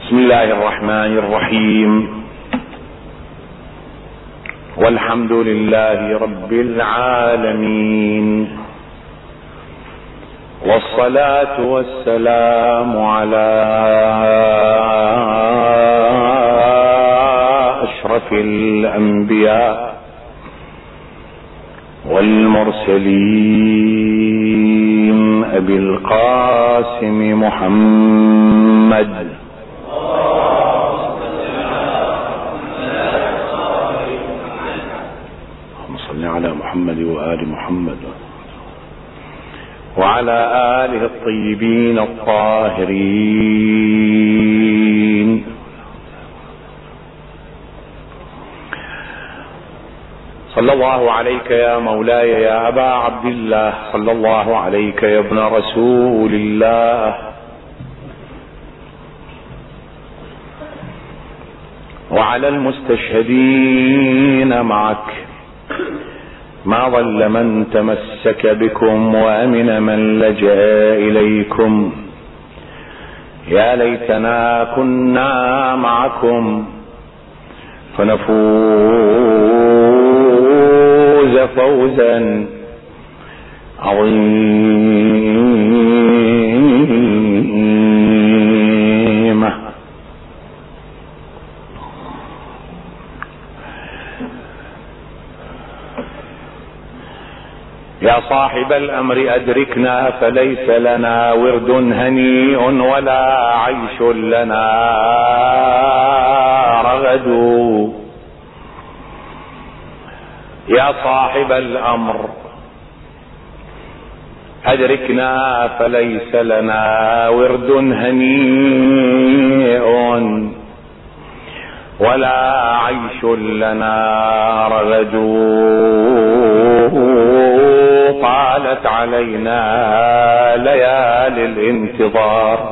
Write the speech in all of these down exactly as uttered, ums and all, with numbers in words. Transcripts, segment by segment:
بسم الله الرحمن الرحيم. والحمد لله رب العالمين، والصلاة والسلام على أشرف الأنبياء والمرسلين أبي القاسم محمد على محمد وآل محمد وعلى آله الطيبين الطاهرين. صلى الله عليك يا مولاي يا أبا عبد الله، صلى الله عليك يا ابن رسول الله، وعلى المستشهدين معك، ما ضل من تمسك بكم وأمن من لجأ إليكم. يا ليتنا كنا معكم فنفوز فوزا عظيما. يا صاحب الأمر أدركنا، فليس لنا ورد هنيء ولا عيش لنا رغد. يا صاحب الأمر أدركنا، فليس لنا ورد هنيء ولا عيش لنا رغد. طالت علينا ليالي الانتظار،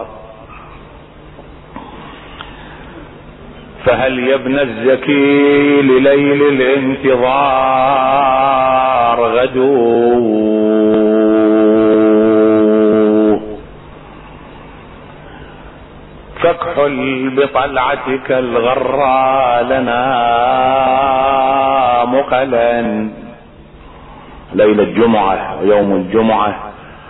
فهل يا ابن الزكي لليل الانتظار غدو؟ فاكحل بطلعتك الغرى لنا مقلا. ليلة الجمعة ويوم الجمعة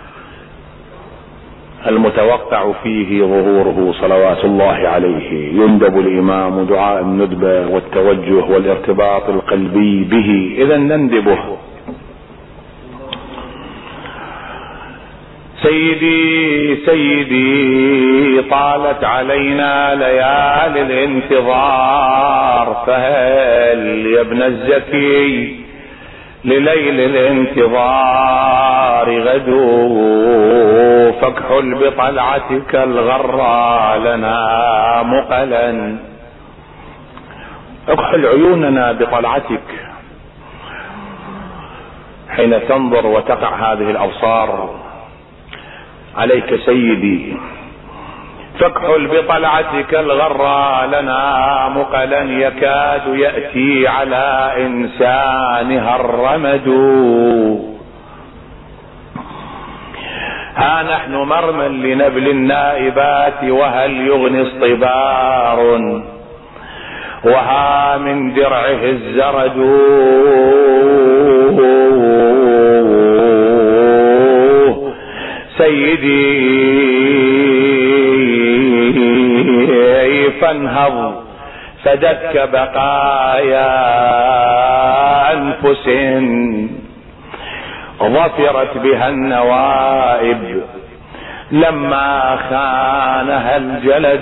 المتوقع فيه ظهوره صلوات الله عليه، يندب الإمام دعاء الندبة والتوجه والارتباط القلبي به، إذا نندبه. سيدي سيدي طالت علينا ليالي الانتظار، فهل يا ابن الزكي لليل الانتظار غدو؟ فاكحل بطلعتك الغرى لنا مقلا. اكحل عيوننا بطلعتك حين تنظر وتقع هذه الأبصار عليك سيدي. فاكحل بطلعتك الغرى لنا مقلا، يكاد يأتي على إنسانها الرمد. ها نحن مرمى لنبل النائبات، وهل يغني اصطبار، وها من درعه الزرد. سيدي فانهض، فدك بقايا أنفس ظفرت بها النوائب لما خانها الجلد.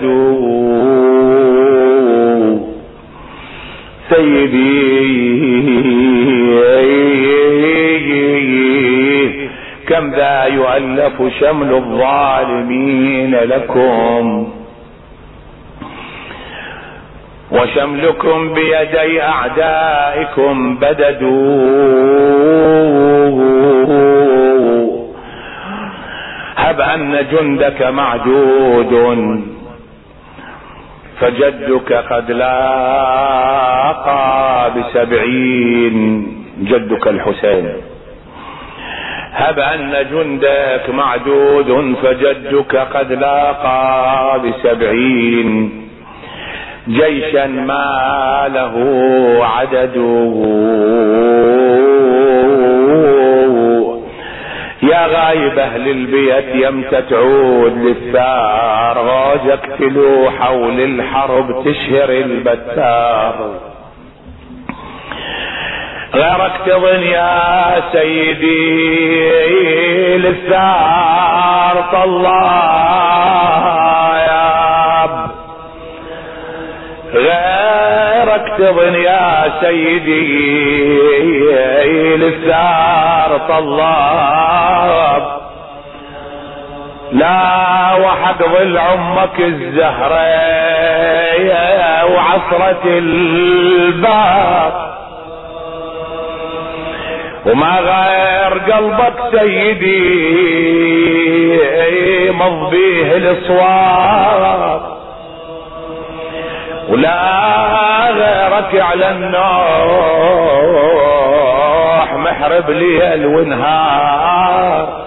سيدي كم ذا يؤلف شمل الظالمين لكم، وشملكم بيدي أعدائكم بددوا. هب أن جندك معدود، فجدك قد لاقى بسبعين. جدك الحسين. هب أن جندك معدود، فجدك قد لاقى بسبعين. جيشا ما له عدد يا غايب اهل البيت يمتى تعود للثار غاز اقتلوا حول الحرب تشهر البتار غيرك تظن يا سيدي للثار طلع ياب غيرك تظن يا سيدي للثار طلاب لا وحق ظل عمك الزهرة وعصرة الباب وما غير قلبك سيدي مضبيه الاصوات ولا غيرك على النوح محرب ليل ونهار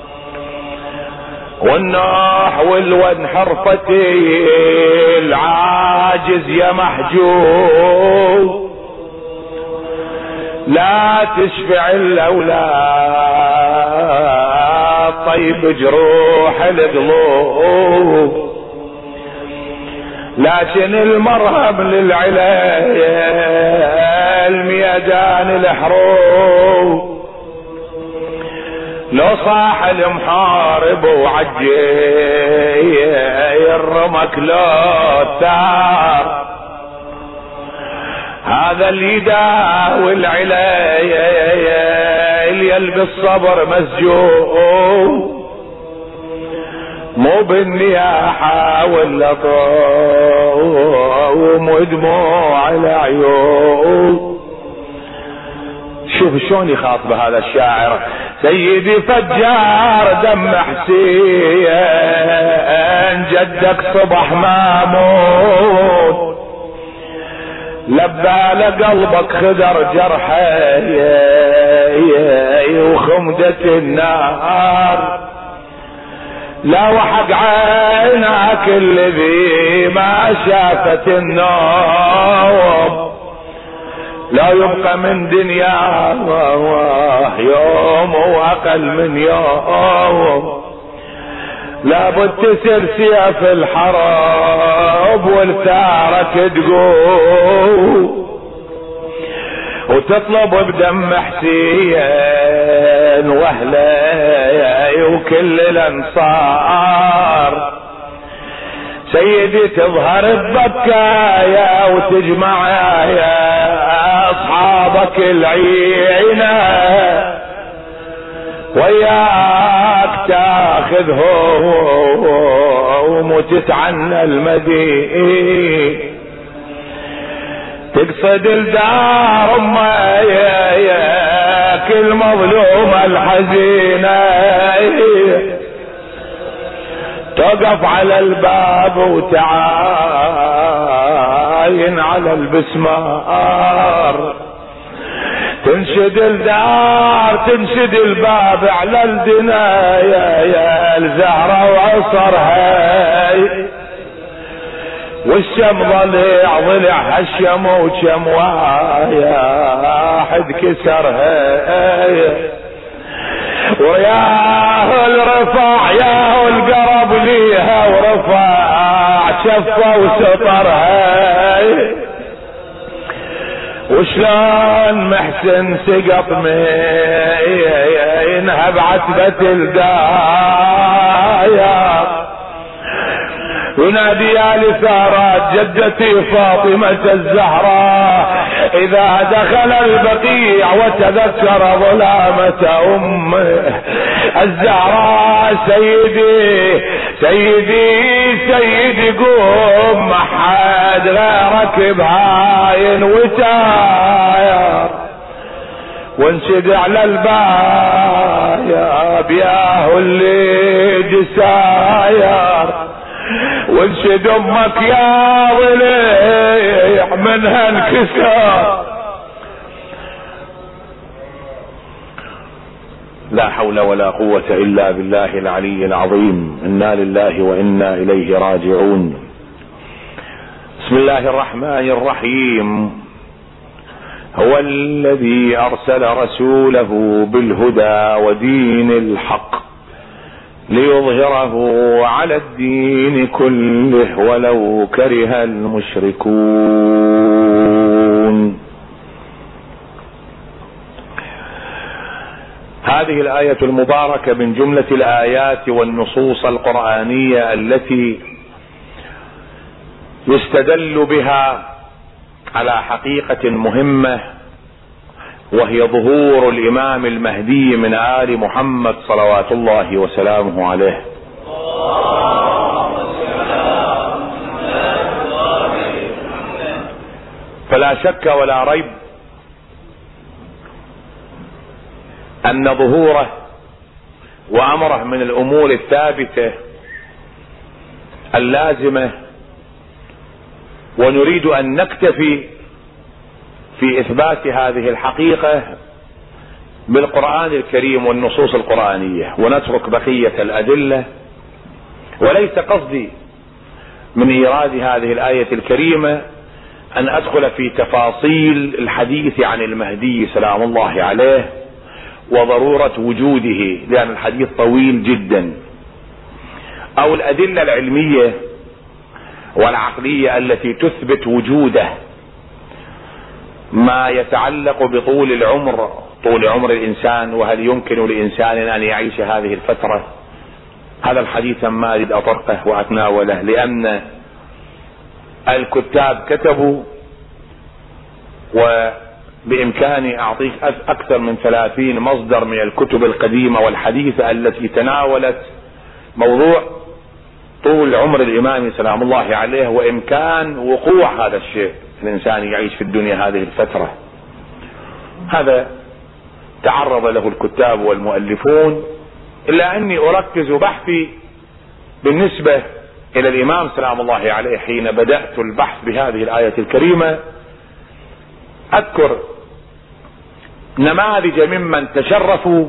والنوح والون حرفتي العاجز يا محجوب لا تشفع الاولاد طيب جروح القلوب لكن المرهم للعلال ميدان الحروب لو صاح المحارب وعجي الرمك لو تار هذا اللي يداوي العلال يلبس الصبر مسجون مو بالنياحة ولا طوم ودموع العيون. شوف شلون يخاطب هذا الشاعر سيدي فجار دم حسين جدك صبح مامون لبى لقلبك خدر جرحه وخمدة النار لا وحق عينك الذي ما شافت النوم لا يبقى من دنيا يوم واقل من يوم لابد تسر سيف الحرب والثارك تقول وتطلب بدم حسين واهله وكل الانصار سيدي تظهر ببكايا وتجمع يا اصحابك العينه وياك تاخذهم وتتعنى المدين تقصد الدار امه يا كل مظلومه الحزينه توقف على الباب وتعاين على البسمار تنشد الدار تنشد الباب على الدنايا يا الزهرة وعصرها والشم ضلع ضلع هالشم وشم واحد كسرها وياه الرفع ياه القرب ليها ورفع شفه وسطرها وشلون محسن سقط مينها بعتبة الدايا ينادي يا لثارات جدتي فاطمة الزهراء إذا دخل البقيع وتذكر ظلامة أمه الزهراء سيدي سيدي سيدي قوم ما حد غيرك بهاين وتاير وانشد على الباب ياهو اللي جساير وانشد امك يا ضليع منها انكسر. لا حول ولا قوة الا بالله العلي العظيم. انا لله وانا اليه راجعون. بسم الله الرحمن الرحيم. هو الذي أرسل رسوله بالهدى ودين الحق ليظهره على الدين كله ولو كره المشركون. هذه الآية المباركة من جملة الآيات والنصوص القرآنية التي يستدل بها على حقيقة مهمة، وهي ظهور الإمام المهدي من آل محمد صلوات الله وسلامه عليه. فلا شك ولا ريب أن ظهوره وأمره من الأمور الثابتة اللازمة، ونريد أن نكتفي في إثبات هذه الحقيقة بالقرآن الكريم والنصوص القرآنية، ونترك بقية الأدلة. وليس قصدي من إيراد هذه الآية الكريمة أن أدخل في تفاصيل الحديث عن المهدي سلام الله عليه وضرورة وجوده، لأن الحديث طويل جدا، أو الأدلة العلمية والعقلية التي تثبت وجوده، ما يتعلق بطول العمر، طول عمر الإنسان، وهل يمكن لإنسان أن يعيش هذه الفترة. هذا الحديث ما أريد أطرقه وأتناوله، لأن الكتاب كتبوا، وبإمكاني أعطيك أكثر من ثلاثين مصدر من الكتب القديمة والحديثة التي تناولت موضوع طول عمر الإمام سلام الله عليه، وإمكان وقوع هذا الشيء، الإنسان يعيش في الدنيا هذه الفترة. هذا تعرض له الكتاب والمؤلفون، إلا أني أركز بحثي بالنسبة إلى الإمام سلام الله عليه حين بدأت البحث بهذه الآية الكريمة. أذكر نماذج ممن تشرفوا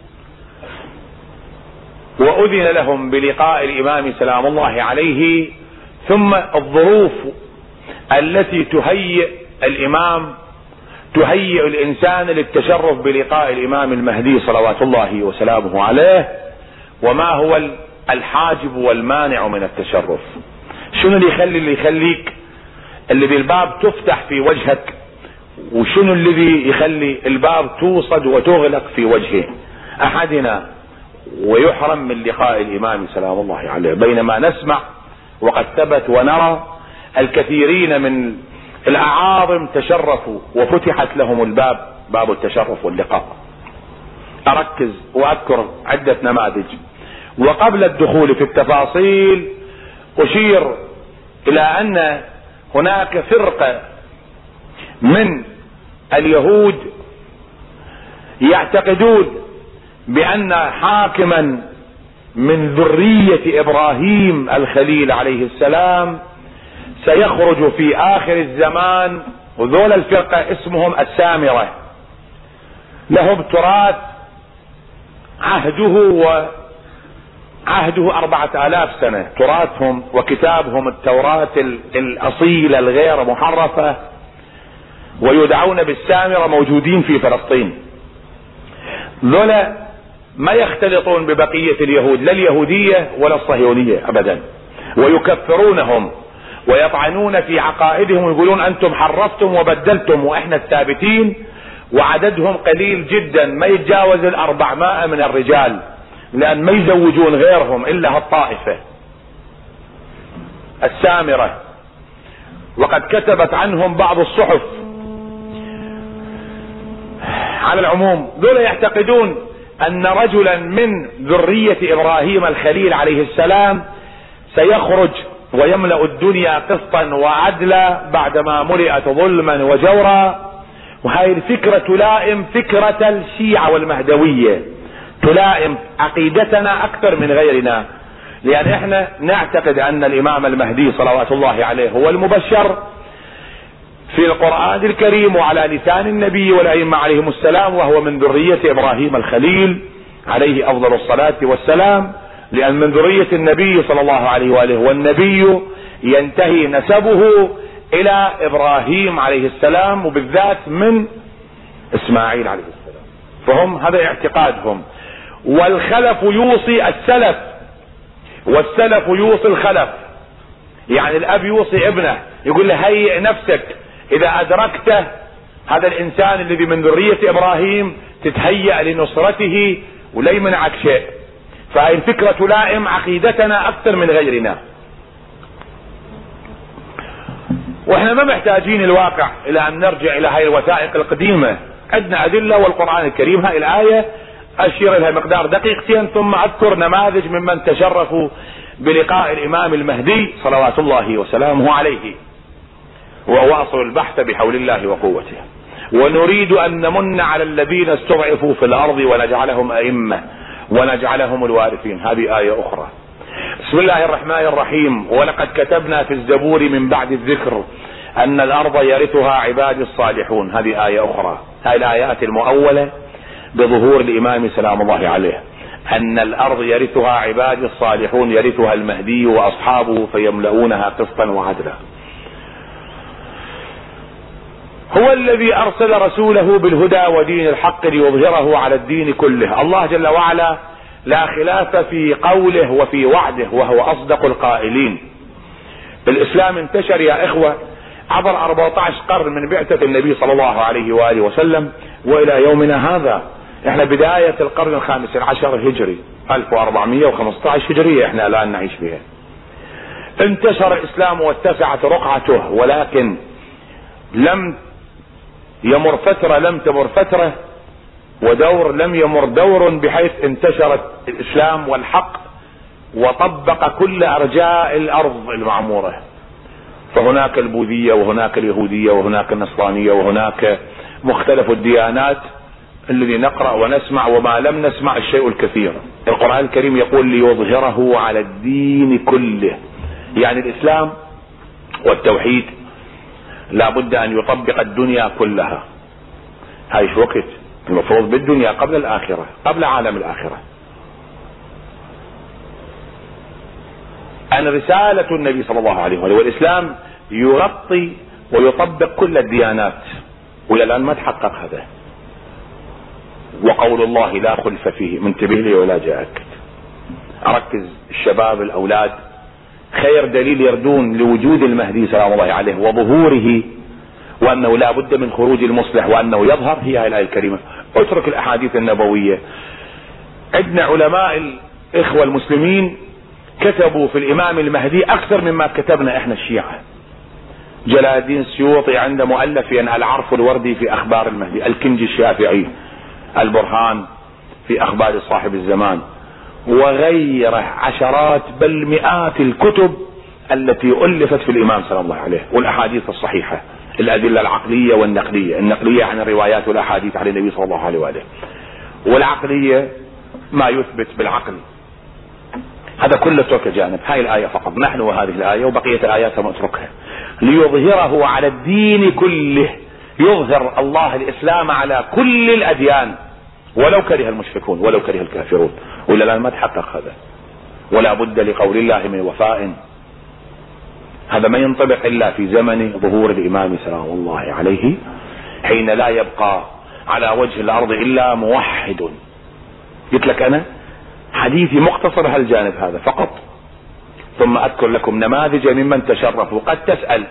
وأذن لهم بلقاء الإمام سلام الله عليه، ثم الظروف التي تهيئ الإمام تهيئ الإنسان للتشرف بلقاء الإمام المهدي صلوات الله وسلامه عليه، وما هو الحاجب والمانع من التشرف. شنو اللي يخلي اللي يخليك اللي بالباب تفتح في وجهك، وشنو الذي يخلي الباب توصد وتغلق في وجهه أحدنا ويحرم من لقاء الإمام سلام الله عليه، بينما نسمع وقد ثبت ونرى الكثيرين من الأعاظم تشرفوا وفتحت لهم الباب، باب التشرف واللقاء. أركز وأذكر عدة نماذج، وقبل الدخول في التفاصيل أشير إلى أن هناك فرقة من اليهود يعتقدون بأن حاكما من ذرية إبراهيم الخليل عليه السلام سيخرج في آخر الزمان، وذول الفرقة اسمهم السامرة، لهم تراث عهده وعهده أربعة آلاف سنة، تراثهم وكتابهم التوراة الأصيلة الغير محرفة، ويدعون بالسامرة، موجودين في فلسطين. ذولا ما يختلطون ببقية اليهود، لا اليهودية ولا الصهيونية أبدا، ويكفرونهم ويطعنون في عقائدهم ويقولون أنتم حرفتم وبدلتم وإحنا الثابتين، وعددهم قليل جدا، ما يتجاوز الأربعمائة من الرجال، لأن ما يزوجون غيرهم إلا هالطائفة السامرة. وقد كتبت عنهم بعض الصحف. على العموم دول يعتقدون أن رجلا من ذرية إبراهيم الخليل عليه السلام سيخرج ويملأ الدنيا قسطا وعدلا بعدما ملئت ظلما وجورا. وهذه الفكرة تلائم فكرة الشيعة والمهدوية، تلائم عقيدتنا أكثر من غيرنا، لأن احنا نعتقد أن الإمام المهدي صلوات الله عليه هو المبشر في القرآن الكريم وعلى لسان النبي والأئمة عليهم السلام، وهو من ذرية إبراهيم الخليل عليه أفضل الصلاة والسلام، لأن من ذرية النبي صلى الله عليه وآله، والنبي ينتهي نسبه الى ابراهيم عليه السلام، وبالذات من اسماعيل عليه السلام. فهم هذا اعتقادهم. والخلف يوصي السلف، والسلف يوصي الخلف. يعني الاب يوصي ابنه، يقول له هيئ نفسك اذا ادركته هذا الانسان الذي من ذرية ابراهيم تتهيأ لنصرته ولا يمنعك شيء. فهي الفكرة تلائم عقيدتنا اكثر من غيرنا، واحنا ما محتاجين الواقع الى ان نرجع الى هاي الوثائق القديمة. عندنا ادلة والقرآن الكريم. هاي الاية اشير لها مقدار دقيقتين ثم اذكر نماذج ممن تشرفوا بلقاء الامام المهدي صلوات الله وسلامه عليه، وواصل البحث بحول الله وقوته. ونريد ان نمن على الذين استضعفوا في الارض ونجعلهم ائمة ونجعلهم الوارثين. هذه آية اخرى. بسم الله الرحمن الرحيم. ولقد كتبنا في الزبور من بعد الذكر ان الارض يرثها عبادي الصالحون. هذه آية اخرى. هذه الايات المؤولة بظهور الامام سلام الله عليه ان الارض يرثها عبادي الصالحون، يرثها المهدي واصحابه فيملؤونها قسطا وعدلا. هو الذي ارسل رسوله بالهدى ودين الحق ليظهره على الدين كله. الله جل وعلا لا خلاف في قوله وفي وعده، وهو اصدق القائلين. الاسلام انتشر يا اخوة عبر أربعة عشر قرن من بعثة النبي صلى الله عليه وآله وسلم والى يومنا هذا. احنا بداية القرن الخامس عشر هجري، ألف وأربعمائة وخمسة عشر هجرية احنا الان نعيش بها. انتشر الاسلام واتسعت رقعته، ولكن لم يمر فترة لم تمر فترة ودور لم يمر دور بحيث انتشرت الاسلام والحق وطبق كل ارجاء الارض المعمورة. فهناك البوذية وهناك اليهودية وهناك النصرانية وهناك مختلف الديانات الذي نقرأ ونسمع، وما لم نسمع الشيء الكثير. القرآن الكريم يقول ليظهره على الدين كله، يعني الاسلام والتوحيد لا بد ان يطبق الدنيا كلها. هاي شو وقت المفروض بالدنيا قبل الاخرة، قبل عالم الاخرة. ان رسالة النبي صلى الله عليه وسلم والاسلام يغطي ويطبق كل الديانات، والى الان ما تحقق هذا. وقول الله لا خلف فيه، منتبه لي ولا جاءك. اركز الشباب الاولاد، خير دليل يردون لوجود المهدي سلام الله عليه وظهوره وانه لا بد من خروج المصلح وانه يظهر هي هذه الايه الكريمه. اترك الاحاديث النبويه. عندنا علماء الاخوه المسلمين كتبوا في الامام المهدي اكثر مما كتبنا احنا الشيعة. جلال الدين السيوطي عنده مؤلف يعني العرف الوردي في اخبار المهدي، الكنجي الشافعي البرهان في اخبار صاحب الزمان، وغيره عشرات بل مئات الكتب التي ألفت في الإمام صلى الله عليه، والأحاديث الصحيحة، الأدلة العقلية والنقلية. النقلية عن الروايات والأحاديث عن النبي صلى الله عليه وآله، والعقلية ما يثبت بالعقل. هذا كله اترك جانب. هاي الآية فقط، نحن وهذه الآية وبقية الآيات نتركها. ليظهره على الدين كله، يظهر الله الإسلام على كل الأديان ولو كره المشركون ولو كره الكافرون. ولا الآن ما تحقق هذا، ولا بد لقول الله من وفاء. هذا ما ينطبق إلا في زمن ظهور الإمام سلام الله عليه، حين لا يبقى على وجه الأرض إلا موحد. قلت لك أنا حديثي مقتصر هالجانب هذا فقط، ثم أذكر لكم نماذج ممن تشرفوا. قد تسأل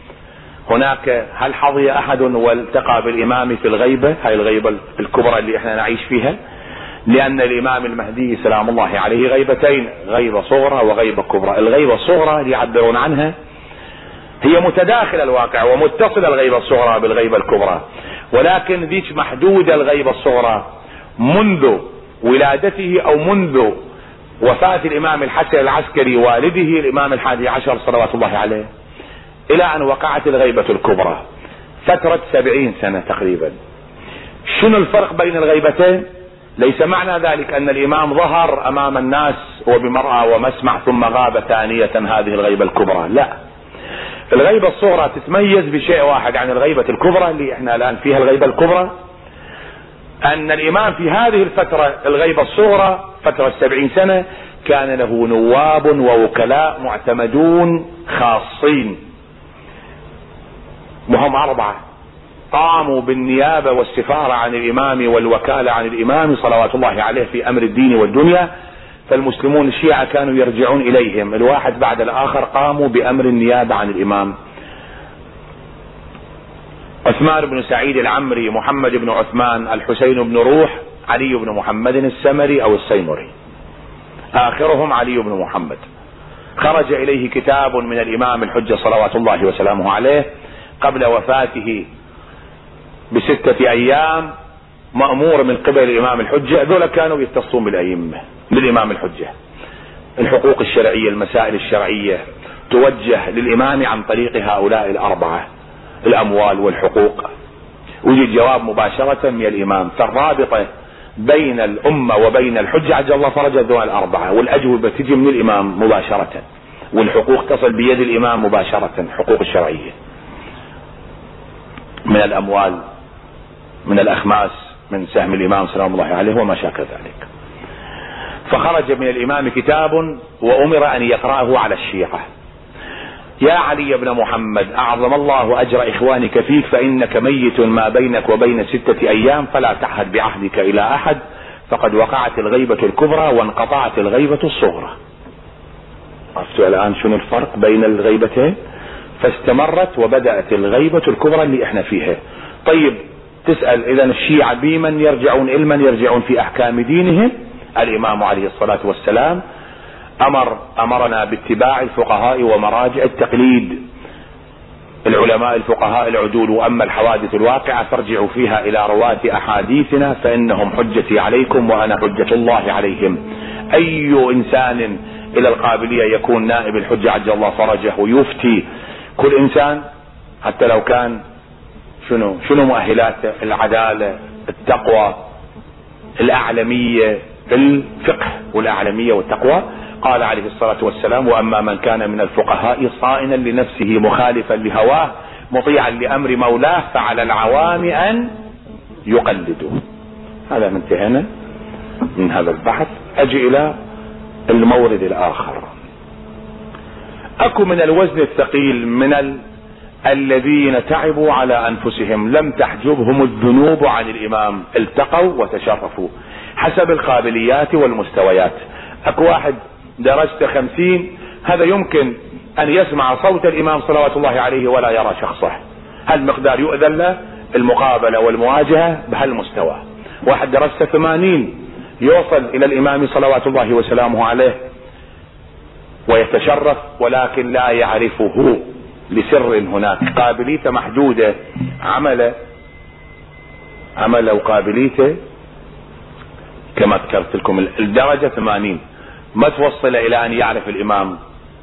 هناك هل حظي أحد والتقى بالإمام في الغيبة، هاي الغيبة الكبرى اللي احنا نعيش فيها، لأن الإمام المهدي سلام الله عليه غيبتين، غيبة صغرى وغيبة كبرى. الغيبة الصغرى اللي يعبرون عنها هي متداخل الواقع ومتصلة الغيبة الصغرى بالغيبة الكبرى، ولكن ذيك محدودة الغيبة الصغرى منذ ولادته أو منذ وفاة الإمام الحسن العسكري والده الإمام الحادي عشر صلوات الله عليه إلى أن وقعت الغيبة الكبرى، فترة سبعين سنة تقريبا. شنو الفرق بين الغيبتين؟ ليس معنى ذلك أن الإمام ظهر أمام الناس وبمرأى ومسمع ثم غاب ثانية هذه الغيبة الكبرى، لا. الغيبة الصغرى تتميز بشيء واحد عن الغيبة الكبرى اللي احنا الآن فيها الغيبة الكبرى، أن الإمام في هذه الفترة الغيبة الصغرى فترة سبعين سنة كان له نواب ووكلاء معتمدون خاصين وهم أربعة قاموا بالنيابة والسفارة عن الإمام والوكالة عن الإمام صلوات الله عليه في أمر الدين والدنيا. فالمسلمون الشيعة كانوا يرجعون إليهم الواحد بعد الآخر، قاموا بأمر النيابة عن الإمام. عثمان بن سعيد العمري، محمد بن عثمان، الحسين بن روح، علي بن محمد السمري أو السيمري، آخرهم علي بن محمد. خرج إليه كتاب من الإمام الحجة صلوات الله وسلامه عليه قبل وفاته بستة أيام، مأمور من قبل الإمام الحجة. ذولا كانوا يتصون بالأئمة بالإمام الحجة، الحقوق الشرعية، المسائل الشرعية توجه للإمام عن طريق هؤلاء الأربعة، الأموال والحقوق، ويجي جواب مباشرة من الإمام. فالرابطة بين الأمة وبين الحجة عجل الله فرج ذولا الأربعة، والأجوبة تجي من الإمام مباشرة، والحقوق تصل بيد الإمام مباشرة، الحقوق الشرعية من الأموال، من الأخماس، من سهم الإمام سلام الله عليه وما شاكل ذلك. فخرج من الإمام كتاب وأمر أن يقرأه على الشيعة: يا علي بن محمد، أعظم الله أجر إخوانك فيك، فإنك ميت ما بينك وبين ستة أيام، فلا تعهد بعهدك إلى أحد، فقد وقعت الغيبة الكبرى وانقطعت الغيبة الصغرى. عرفتوا الآن شنو الفرق بين الغيبتين؟ فاستمرت وبدأت الغيبة الكبرى اللي احنا فيها. طيب تسأل إذا الشيعة بمن يرجعون؟ علما يرجعون في أحكام دينهم. الإمام عليه الصلاة والسلام أمر أمرنا باتباع الفقهاء ومراجع التقليد، العلماء الفقهاء العدول، وأما الحوادث الواقعة فارجعوا فيها إلى رواة أحاديثنا فإنهم حجتي عليكم وأنا حجة الله عليهم. أي إنسان إلى القابلية يكون نائب الحجة عجل الله فرجه ويفتي كل إنسان، حتى لو كان شنو شنو مؤهلاته؟ العدالة، التقوى، الأعلمية، الفقه والأعلمية والتقوى. قال عليه الصلاة والسلام: وأما من كان من الفقهاء صائنا لنفسه مخالفا لهواه مطيعا لأمر مولاه فعلى العوام أن يقلدوا. هذا انتهينا من هذا البحث. أجي إلى المورد الآخر. أكو من الوزن الثقيل من ال... الذين تعبوا على أنفسهم، لم تحجبهم الذنوب عن الإمام، التقوا وتشرفوا حسب القابليات والمستويات. أكو واحد درجته خمسين، هذا يمكن أن يسمع صوت الإمام صلوات الله عليه ولا يرى شخصه، هالمقدار يؤذن له المقابلة والمواجهة بهالمستوى. واحد درجته ثمانين يوصل إلى الإمام صلوات الله وسلامه عليه ويتشرف، ولكن لا يعرفه لسر هناك، قابليته محدودة، عمل عمل وقابليته كما ذكرت لكم الدرجة ثمانين، ما توصل إلى أن يعرف الإمام.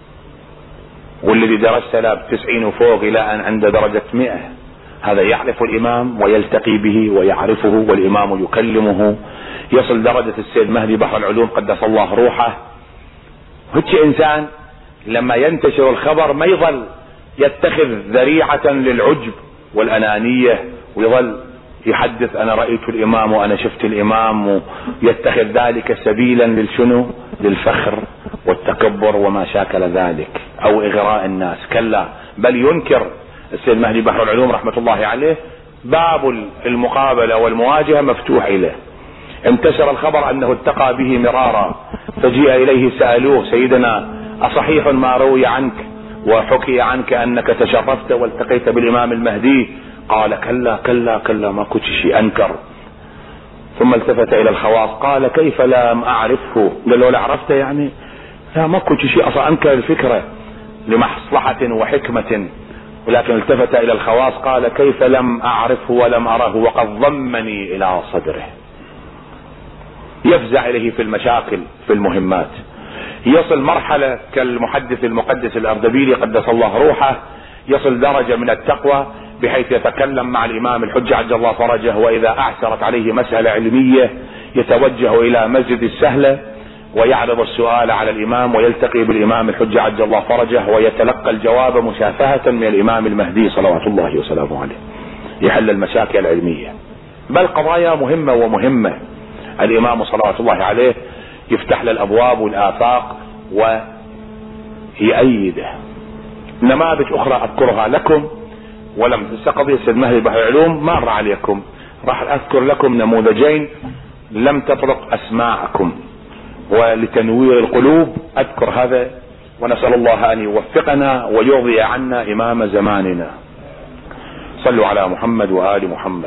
والذي درجته لا بتسعين وفوق إلى أن عنده درجة مئة، هذا يعرف الإمام ويلتقي به ويعرفه والإمام يكلمه، يصل درجة السيد مهدي بحر العلوم قدس الله روحه. هيك إنسان لما ينتشر الخبر ما يظل يتخذ ذريعة للعجب والأنانية ويظل يحدث أنا رأيت الإمام وأنا شفت الإمام، ويتخذ ذلك سبيلا للشنو؟ للفخر والتكبر وما شاكل ذلك، أو إغراء الناس. كلا، بل ينكر السيد مهدي بحر العلوم رحمة الله عليه باب المقابلة والمواجهة مفتوح إليه. انتشر الخبر أنه التقى به مرارا، فجيء إليه سألوه: سيدنا أصحيح ما روي عنك وحكي عنك أنك تشرفت والتقيت بالإمام المهدي؟ قال: كلا كلا كلا، ما كنت شيء. أنكر. ثم التفت إلى الخواص قال: كيف لم أعرفه؟ قال له: لا عرفته يعني؟ لا، ما كنت شيء أصلا، أنكر الفكرة لمصلحة وحكمة. ولكن التفت إلى الخواص قال: كيف لم أعرفه ولم أره وقد ضمني إلى صدره. يفزع إليه في المشاكل في المهمات، يصل مرحلة كالمحدث المقدس الأردبيلي قدس الله روحه، يصل درجة من التقوى بحيث يتكلم مع الإمام الحجة عجل الله فرجه، وإذا أعسرت عليه مسألة علمية يتوجه إلى مسجد السهلة ويعرض السؤال على الإمام ويلتقي بالإمام الحجة عجل الله فرجه ويتلقى الجواب مشافهة من الإمام المهدي صلوات الله وسلامه عليه، يحل المشاكل العلمية. بل قضايا مهمة ومهمة الإمام صلوات الله عليه يفتح له الأبواب والآفاق ويأيده. نماذج أخرى أذكرها لكم ولم تستقضي سيد مهدي بحر العلوم مر عليكم. راح اذكر لكم نموذجين لم تطرق اسماعكم، ولتنوير القلوب اذكر هذا، ونسأل الله ان يوفقنا ويرضي عنا امام زماننا. صلوا على محمد وآل محمد.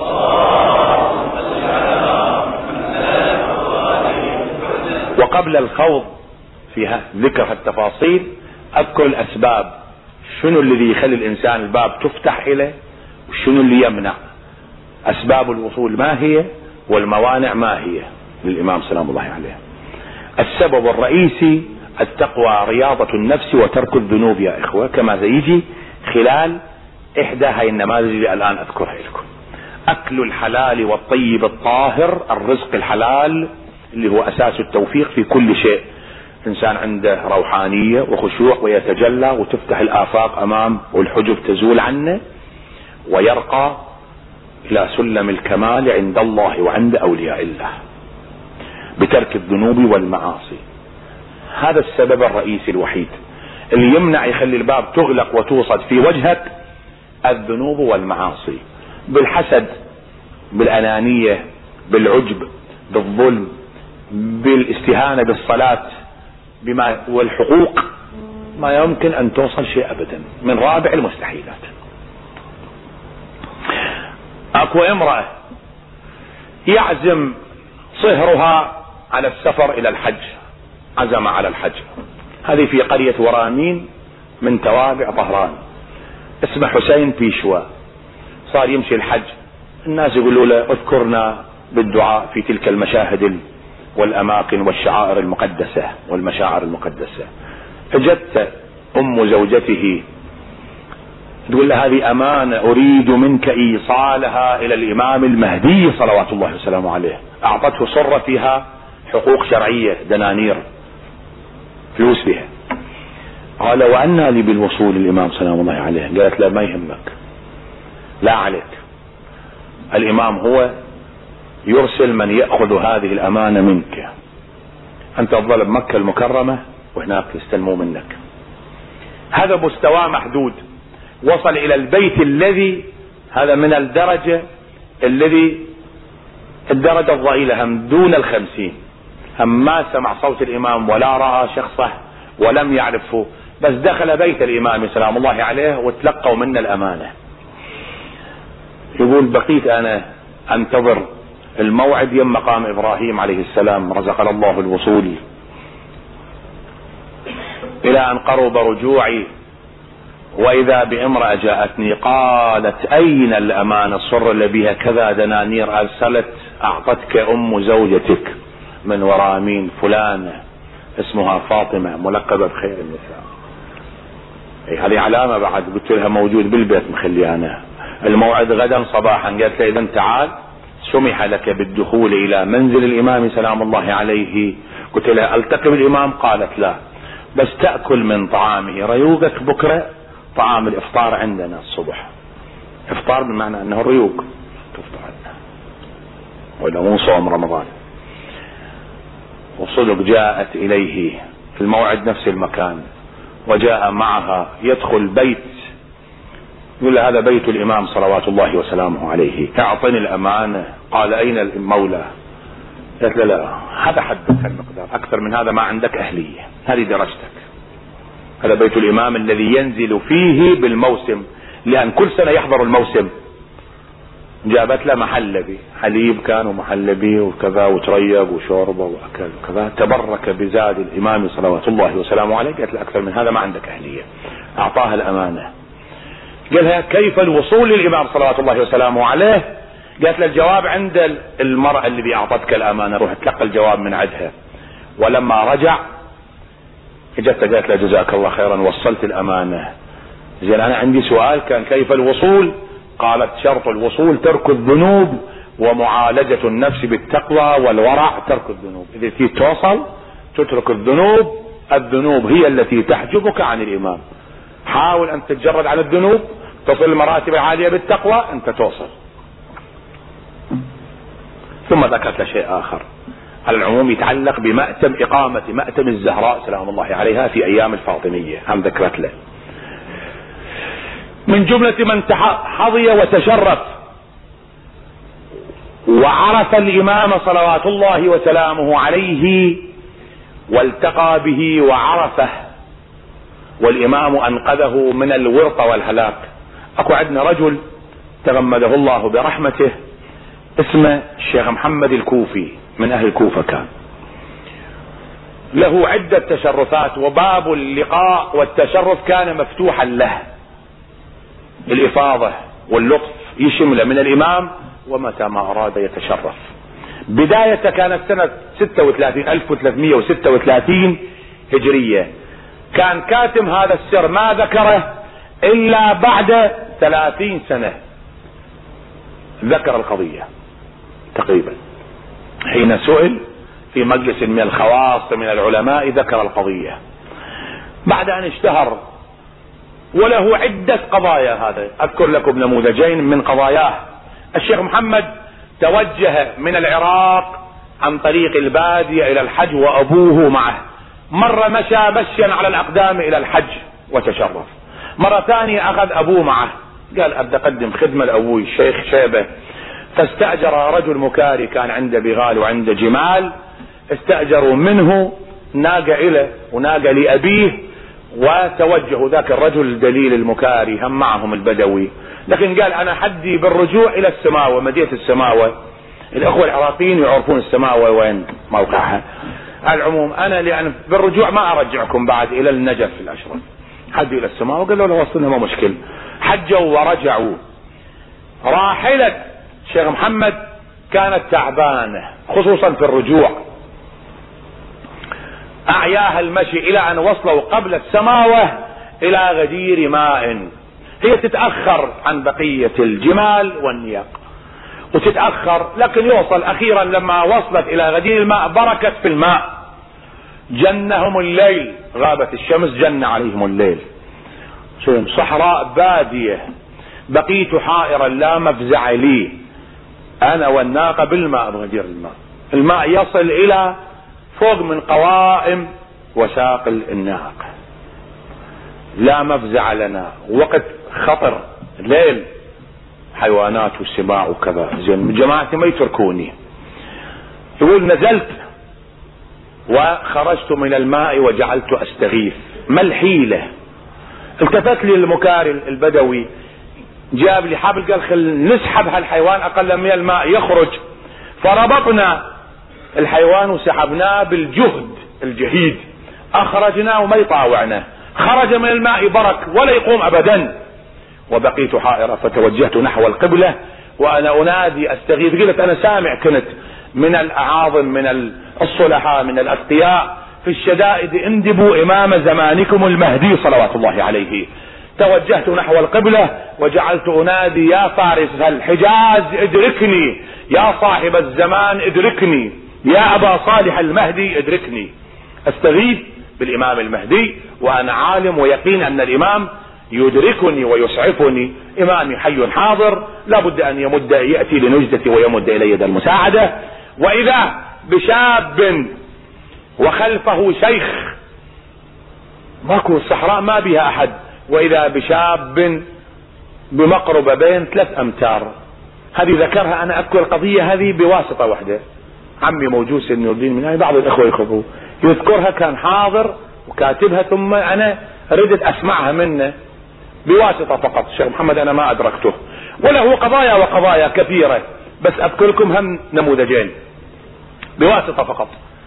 وقبل الخوض في ذكر التفاصيل اذكر الاسباب، شنو الذي يخلي الانسان الباب تفتح اليه وشنو اللي يمنع. اسباب الوصول ما هي والموانع ما هي للامام سلام الله عليه. السبب الرئيسي التقوى، رياضة النفس وترك الذنوب يا اخوة، كما سيجي خلال احدى هاي النماذج اللي الان اذكرها لكم. اكل الحلال والطيب الطاهر، الرزق الحلال اللي هو اساس التوفيق في كل شيء. انسان عنده روحانية وخشوع ويتجلى وتفتح الافاق امام والحجب تزول عنه ويرقى الى سلم الكمال عند الله وعند اولياء الله بترك الذنوب والمعاصي. هذا السبب الرئيسي الوحيد اللي يمنع يخلي الباب تغلق وتوصد في وجهك، الذنوب والمعاصي، بالحسد، بالانانية، بالعجب، بالظلم، بالاستهانة بالصلاة، بما والحقوق، ما يمكن ان توصل شيء ابدا، من رابع المستحيلات. اكو امرأة يعزم صهرها على السفر الى الحج، عزم على الحج، هذه في قرية ورامين من توابع طهران، اسمه حسين بيشوا. صار يمشي الحج، الناس يقولوا له اذكرنا بالدعاء في تلك المشاهد والاماكن والشعائر المقدسة والمشاعر المقدسة. اجت ام زوجته تقول له هذه امانة اريد منك ايصالها الى الامام المهدي صلوات الله وسلامه عليه. اعطته صرة فيها حقوق شرعية، دنانير، فلوس بها. قال وأنى لي بالوصول الامام سلام الله عليه؟ قالت لا ما يهمك، لا عليك، الامام هو يرسل من يأخذ هذه الامانة منك، انت تظل بمكة المكرمة وهناك يستلموا منك. هذا مستوى محدود، وصل الى البيت الذي هذا من الدرجة الذي الدرجة الضئيلة، هم دون الخمسين، هم ما سمع صوت الامام ولا رأى شخصه ولم يعرفه، بس دخل بيت الامام سلام الله عليه وتلقوا منا الامانة. يقول بقيت انا انتظر الموعد يم مقام ابراهيم عليه السلام، رزقنا الله الوصول، الى ان قرب رجوعي واذا بامرأة جاءتني قالت اين الامانة الصر اللي بها كذا دنانير ارسلت اعطتك ام زوجتك من ورامين فلانة اسمها فاطمة ملقبة بخير النساء. اي هذه علامة بعد. قلت لها موجود بالبيت مخليانا، الموعد غدا صباحا. قالت لي اذا تعال، سمح لك بالدخول الى منزل الامام سلام الله عليه. قلت لها التقي بالامام؟ قالت لا، بس تأكل من طعامه، ريوقك بكرة طعام الافطار عندنا الصبح. افطار بمعنى انه الريوق تفطر عندنا، ولا مو صوم رمضان. وصدق جاءت اليه في الموعد نفس المكان، وجاء معها يدخل بيت، يقول له هذا بيت الامام صلوات الله وسلامه عليه، اعطني الامانة. قال اين المولى؟ قالت له لا، هذا حدك المقدار، اكثر من هذا ما عندك اهلية، هذه درجتك. هذا بيت الامام الذي ينزل فيه بالموسم، لان كل سنة يحضر الموسم. جابت له محلبي، حليب كان ومحلبي وكذا وتريق وشوربه واكل وكذا، تبرك بزاد الامام صلوات الله وسلامه عليه. قالت له اكثر من هذا ما عندك اهلية. اعطاها الامانة. قالها كيف الوصول للامام صلوات الله وسلامه عليه؟ قالت له الجواب عند المرأة الذي اعطتك الامانة، روح تلقى الجواب من عندها. ولما رجع اجت قالت له جزاك الله خيرا وصلت الامانة. زين انا عندي سؤال، كان كيف الوصول؟ قالت شرط الوصول ترك الذنوب ومعالجة النفس بالتقوى والورع. ترك الذنوب، اذا تريد توصل تترك الذنوب، الذنوب هي التي تحجبك عن الامام. حاول ان تتجرد عن الذنوب، تصل المراتب العالية بالتقوى، انت توصل. ثم ذكرت له شيء اخر على العموم يتعلق بمأتم اقامة مأتم الزهراء سلام الله عليها في ايام الفاطمية، هم ذكرت له. من جملة من حظي وتشرف وعرف الإمام صلوات الله وسلامه عليه والتقى به وعرفه، والإمام أنقذه من الورطة والهلاك. أكو عندنا رجل تغمده الله برحمته اسمه الشيخ محمد الكوفي، من أهل الكوفة، كان له عدة تشرفات، وباب اللقاء والتشرف كان مفتوحا له، الإفاضة واللطف يشمل من الإمام ومتى ما أراد يتشرف. بداية كانت سنة ستة وثلاثين ألف وثلاثمائة وستة وثلاثين هجرية. كان كاتم هذا السر ما ذكره إلا بعد ثلاثين سنة ذكر القضية تقريبا، حين سئل في مجلس من الخواص من العلماء ذكر القضية بعد أن اشتهر، وله عدة قضايا. هذا أذكر لكم نموذجين من قضاياه. الشيخ محمد توجه من العراق عن طريق البادية إلى الحج وأبوه معه، مرة مشى مشيا على الأقدام إلى الحج وتشرف، مرة ثانية أخذ أبوه معه، قال أبدأ أقدم خدمة لأبوي الشيخ شيبة، فاستأجر رجل مكاري كان عنده بغال وعنده جمال، استأجروا منه ناقة إله وناقة لأبيه، وتوجهوا ذاك الرجل الدليل المكاري هم معهم البدوي، لكن قال أنا حدي بالرجوع إلى السماوة، مدينة السماوة. الأخوة العراقيين يعرفون السماوة وين موقعها. العموم أنا لأن بالرجوع ما أرجعكم بعد إلى النجف الأشرف، حدوا إلى السماوة. قالوا له وصلنا ما مشكل، حجوا ورجعوا. راحلة الشيخ محمد كانت تعبانة خصوصا في الرجوع، أعياها المشي إلى أن وصلوا قبل السماوة إلى غدير ماء، هي تتأخر عن بقية الجمال والنياق وتتأخر، لكن يوصل أخيرا لما وصلت إلى غدير الماء بركت في الماء، جنهم الليل، غابت الشمس جن عليهم الليل، صحراء بادية، بقيت حائرا لا مفزع لي أنا والناقة بالماء بغدير الماء، الماء يصل إلى فوق من قوائم وساقل الناقة، لا مفزع لنا، وقت خطر ليل، حيوانات والسباع وكذا، زين جماعتي ما يتركوني. يقول نزلت وخرجت من الماء وجعلت استغيث، ما الحيلة؟ التفت لي المكاري البدوي جاب لي حبل، قال خل نسحب هالحيوان اقل من الماء يخرج، فربطنا الحيوان وسحبناه بالجهد الجهيد، اخرجناه وما يطاوعنا، خرج من الماء برك ولا يقوم ابدا. وبقيت حائرة فتوجهت نحو القبلة وانا انادي استغيث، قلت انا سامع كنت من الاعاظم من الصلحاء من الاتقياء في الشدائد اندبوا امام زمانكم المهدي صلوات الله عليه. توجهت نحو القبلة وجعلت انادي يا فارس الحجاز ادركني، يا صاحب الزمان ادركني، يا ابا صالح المهدي ادركني، استغيث بالامام المهدي وانا عالم ويقين ان الامام يدركني ويسعفني، امامي حي حاضر لا بد ان يمد يأتي لنجدتي ويمد الي يد المساعدة. واذا بشاب وخلفه شيخ، ماكو الصحراء ما بها احد، واذا بشاب بمقربة بين ثلاث امتار. هذه ذكرها انا اذكر القضية هذه بواسطة واحدة، عمي موجود سيد نور الدين من هاي بعض الاخوة يخبروا يذكرها، كان حاضر وكاتبها، ثم انا ردت اسمعها منه بواسطة فقط. الشيخ محمد انا ما ادركته، وله قضايا وقضايا كثيرة، بس اذكر لكم هم نموذجين بواسطة فقط.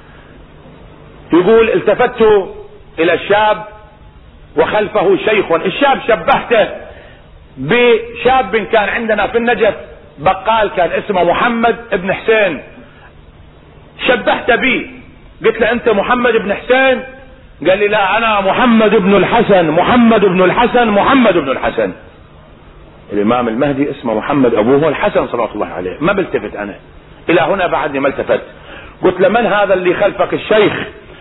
يقول التفت الى الشاب وخلفه شيخ، الشاب شبهته بشاب كان عندنا في النجف بقال كان اسمه محمد ابن حسين، شبهت بي، قلت له انت محمد ابن حسين؟ قال لي لا انا محمد ابن الحسن، محمد ابن الحسن، محمد ابن الحسن. الامام المهدي اسمه محمد ابوه الحسن صلى الله عليه، ما بلتفت انا الى هنا بعدني ما التفت. قلت له من هذا اللي خلفك الشيخ؟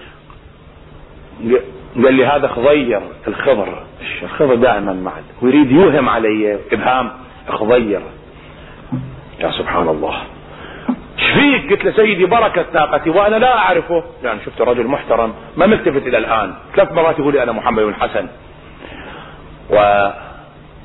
قال لي هذا خضير الخضر، الخضر دائما معد ويريد يوهم علي ابهام خضير. يا سبحان الله، شفيك؟ قلت له سيدي بركة ناقتي وانا لا اعرفه، يعني شفت رجل محترم ما ملتفت الى الان، ثلاث مرات يقول لي انا محمد بن الحسن.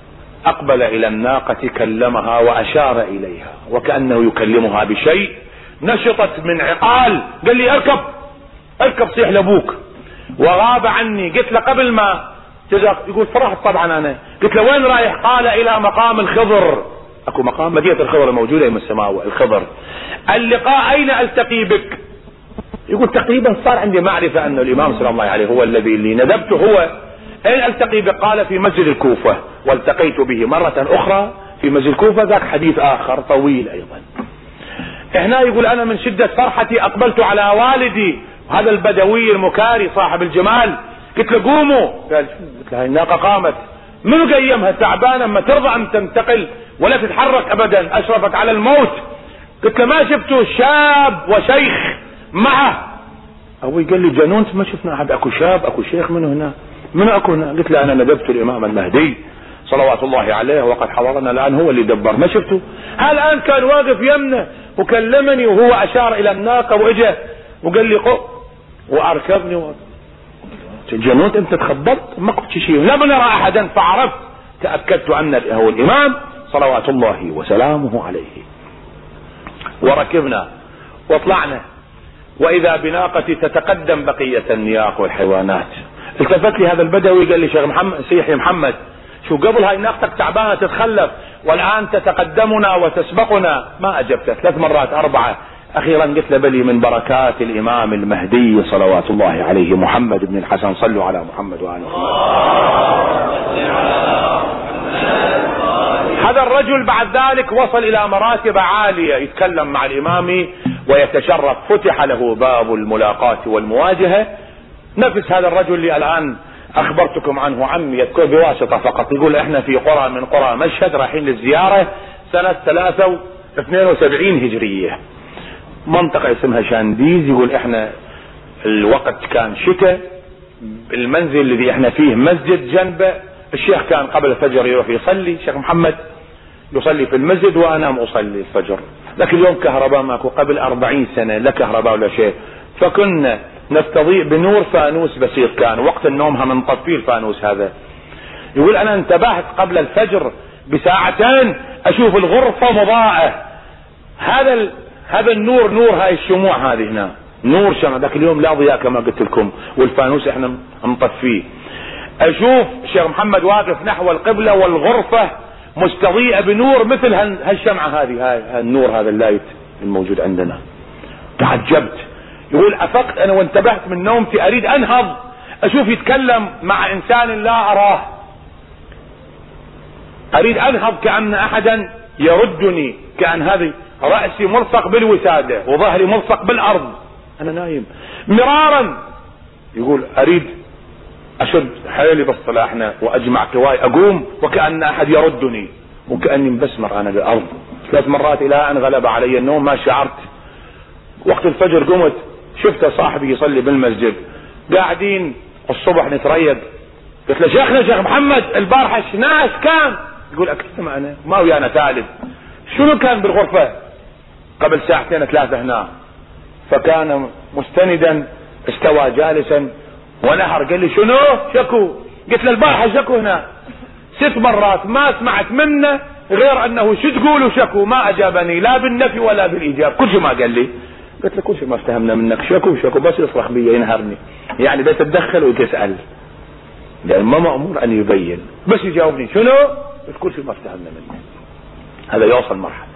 اقبل الى الناقة كلمها واشار اليها وكأنه يكلمها بشيء. نشطت من عقال، قال لي اركب اركب صيح لابوك، وغاب عني. قلت له قبل ما جزاك، يقول فرحت طبعا انا. قلت له وين رايح؟ قال الى مقام الخضر. اكو مقام مدينة الخضر الموجودة يم السماوة الخضر. اللقاء اين التقي بك؟ يقول تقريبا صار عندي معرفة ان الامام صلى الله عليه هو الذي اللي ندبته هو. اين التقي بك؟ قال في مسجد الكوفة، والتقيت به مرة اخرى في مسجد الكوفة. ذاك حديث اخر طويل ايضا. هنا يقول انا من شدة فرحتي اقبلت على والدي، هذا البدوي المكاري صاحب الجمال. قلت له قوموا. قال قلت له هاي الناقة قامت. منو قيمها؟ تعبانة ما ترضى ان تنتقل ولا تتحرك ابدا، اشرفت على الموت. قلت له ما شفتوا شاب وشيخ معه؟ ابوي قال لي جنونت، ما شفنا احد. اكو شاب اكو شيخ منو هنا؟ منو اكو هنا؟ قلت له انا ندبت الامام المهدي صلوات الله عليه وقد حضرنا الان، هو اللي دبر، ما شفته؟ الان كان واقف يمنه وكلمني وهو اشار الى الناقة واجا وقال لي قو واركبني و... جنونت انت تخبطت؟ ما قلت شيء، لم نرى احدا. فعرفت تأكدت ان هو الامام صلوات الله وسلامه عليه. وركبنا وطلعنا، واذا بناقتي تتقدم بقية النياق والحيوانات. التفت لي هذا البدوي قال لي شيخ محمد سيحي محمد، شو قبل هاي ناقتك تعبانة تتخلف والان تتقدمنا وتسبقنا؟ ما اجبته ثلاث مرات اربعة. اخيرا قلت له بلي من بركات الامام المهدي صلوات الله عليه محمد بن الحسن. صلوا على محمد وآل محمد. هذا الرجل بعد ذلك وصل الى مراتب عالية، يتكلم مع الامام ويتشرف، فتح له باب الملاقاة والمواجهة. نفس هذا الرجل اللي الان اخبرتكم عنه عمي، يذكر بواسطة فقط. يقول احنا في قرى من قرى مشهد رايحين للزيارة سنة ثلاثة واثنين وسبعين هجرية، منطقة اسمها شانديز. يقول احنا الوقت كان شتاء، المنزل الذي احنا فيه مسجد جنبه، الشيخ كان قبل الفجر يروح يصلي، شيخ محمد يصلي في المسجد وانام اصلي الفجر. لكن اليوم كهرباء ماكو، قبل اربعين سنة لا كهرباء ولا شيء، فكنا نستضيء بنور فانوس بسيط، كان وقت النوم هم نطفي الفانوس هذا. يقول انا انتبهت قبل الفجر بساعتين اشوف الغرفة مضاءة، هذا ال... هذا النور نور هاي الشموع هذه هنا نور شمع. ذاك اليوم لا ضياء كما قلت لكم، والفانوس احنا نطفيه. اشوف الشيخ محمد واقف نحو القبلة والغرفة مستضيئة بنور مثل هالشمعة هذه، هاي النور هذا اللايت الموجود عندنا. تعجبت. يقول افقت انا وانتبهت من نومتي، اريد انهض اشوف يتكلم مع انسان لا اراه، اريد انهض كأن احدا يردني، كأن هذه رأسي ملصق بالوسادة وظهري ملصق بالارض، انا نايم مرارا. يقول اريد اشد حيلي بالصلاحنا واجمع قواي اقوم وكأن احد يردني، وكأني مبسمر انا بالارض ثلاث مرات الى ان غلب علي النوم. ما شعرت. وقت الفجر قمت شفت صاحبي يصلي بالمسجد، قاعدين الصبح نتريق. قلت له شيخنا شيخ محمد البارحة ناس كان؟ يقول اكيد معنا ما ويانا ثالث. شنو كان بالغرفة؟ قبل ساعتين ثلاثة هنا. فكان مستندا استوى جالسا ونهر. قال لي شنو شكو؟ قلت له البارحة شكو هنا ست مرات ما سمعت منه غير انه شو تقولوا شكو، ما اجابني لا بالنفي ولا بالايجاب، كل شيء ما قال لي. قلت له كل شيء ما افتهمنا منك، شكو شكو بس يصرخ بي ينهرني، يعني بس تتدخل وتسأل لان ما مأمور ان يبين، بس يجاوبني شنو؟ كل شيء ما افتهمنا منه. هذا يوصل مرحلة.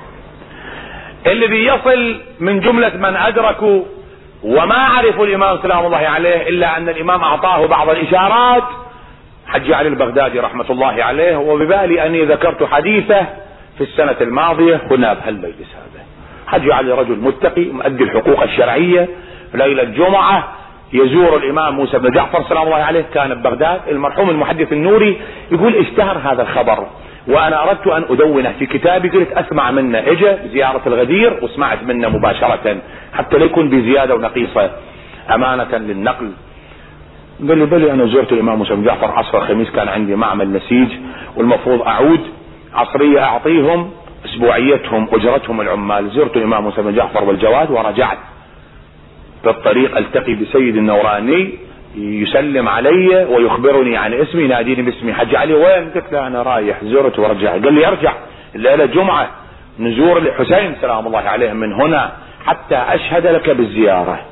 الذي يصل من جملة من ادركوا وما عرفوا الامام سلام الله عليه الا ان الامام اعطاه بعض الاشارات، حج علي البغدادي رحمة الله عليه. وببالي اني ذكرت حديثه في السنة الماضية هنا بهالمجلس هذا. حج علي رجل متقي مؤدي الحقوق الشرعية، ليلة الجمعة يزور الامام موسى بن جعفر سلام الله عليه، كان ببغداد. المرحوم المحدث النوري يقول اشتهر هذا الخبر وانا اردت ان ادونه في كتابي، قلت اسمع منه. اجا زيارة الغدير وسمعت منه مباشرة حتى لا يكون بزيادة ونقيصة امانة للنقل. قال لي بلي انا زرت الامام موسى بن جعفر عصر الخميس، كان عندي معمل نسيج والمفروض اعود عصرية اعطيهم اسبوعيتهم اجرتهم العمال. زرت الامام موسى بن جعفر والجواد ورجعت بالطريق التقي بسيد النوراني يسلم علي ويخبرني عن اسمي، يناديني باسمي. حج علي وين؟ قلت له انا رايح زرت وارجع. قال لي ارجع الليلة جمعة نزور الحسين سلام الله عليه من هنا حتى اشهد لك بالزيارة.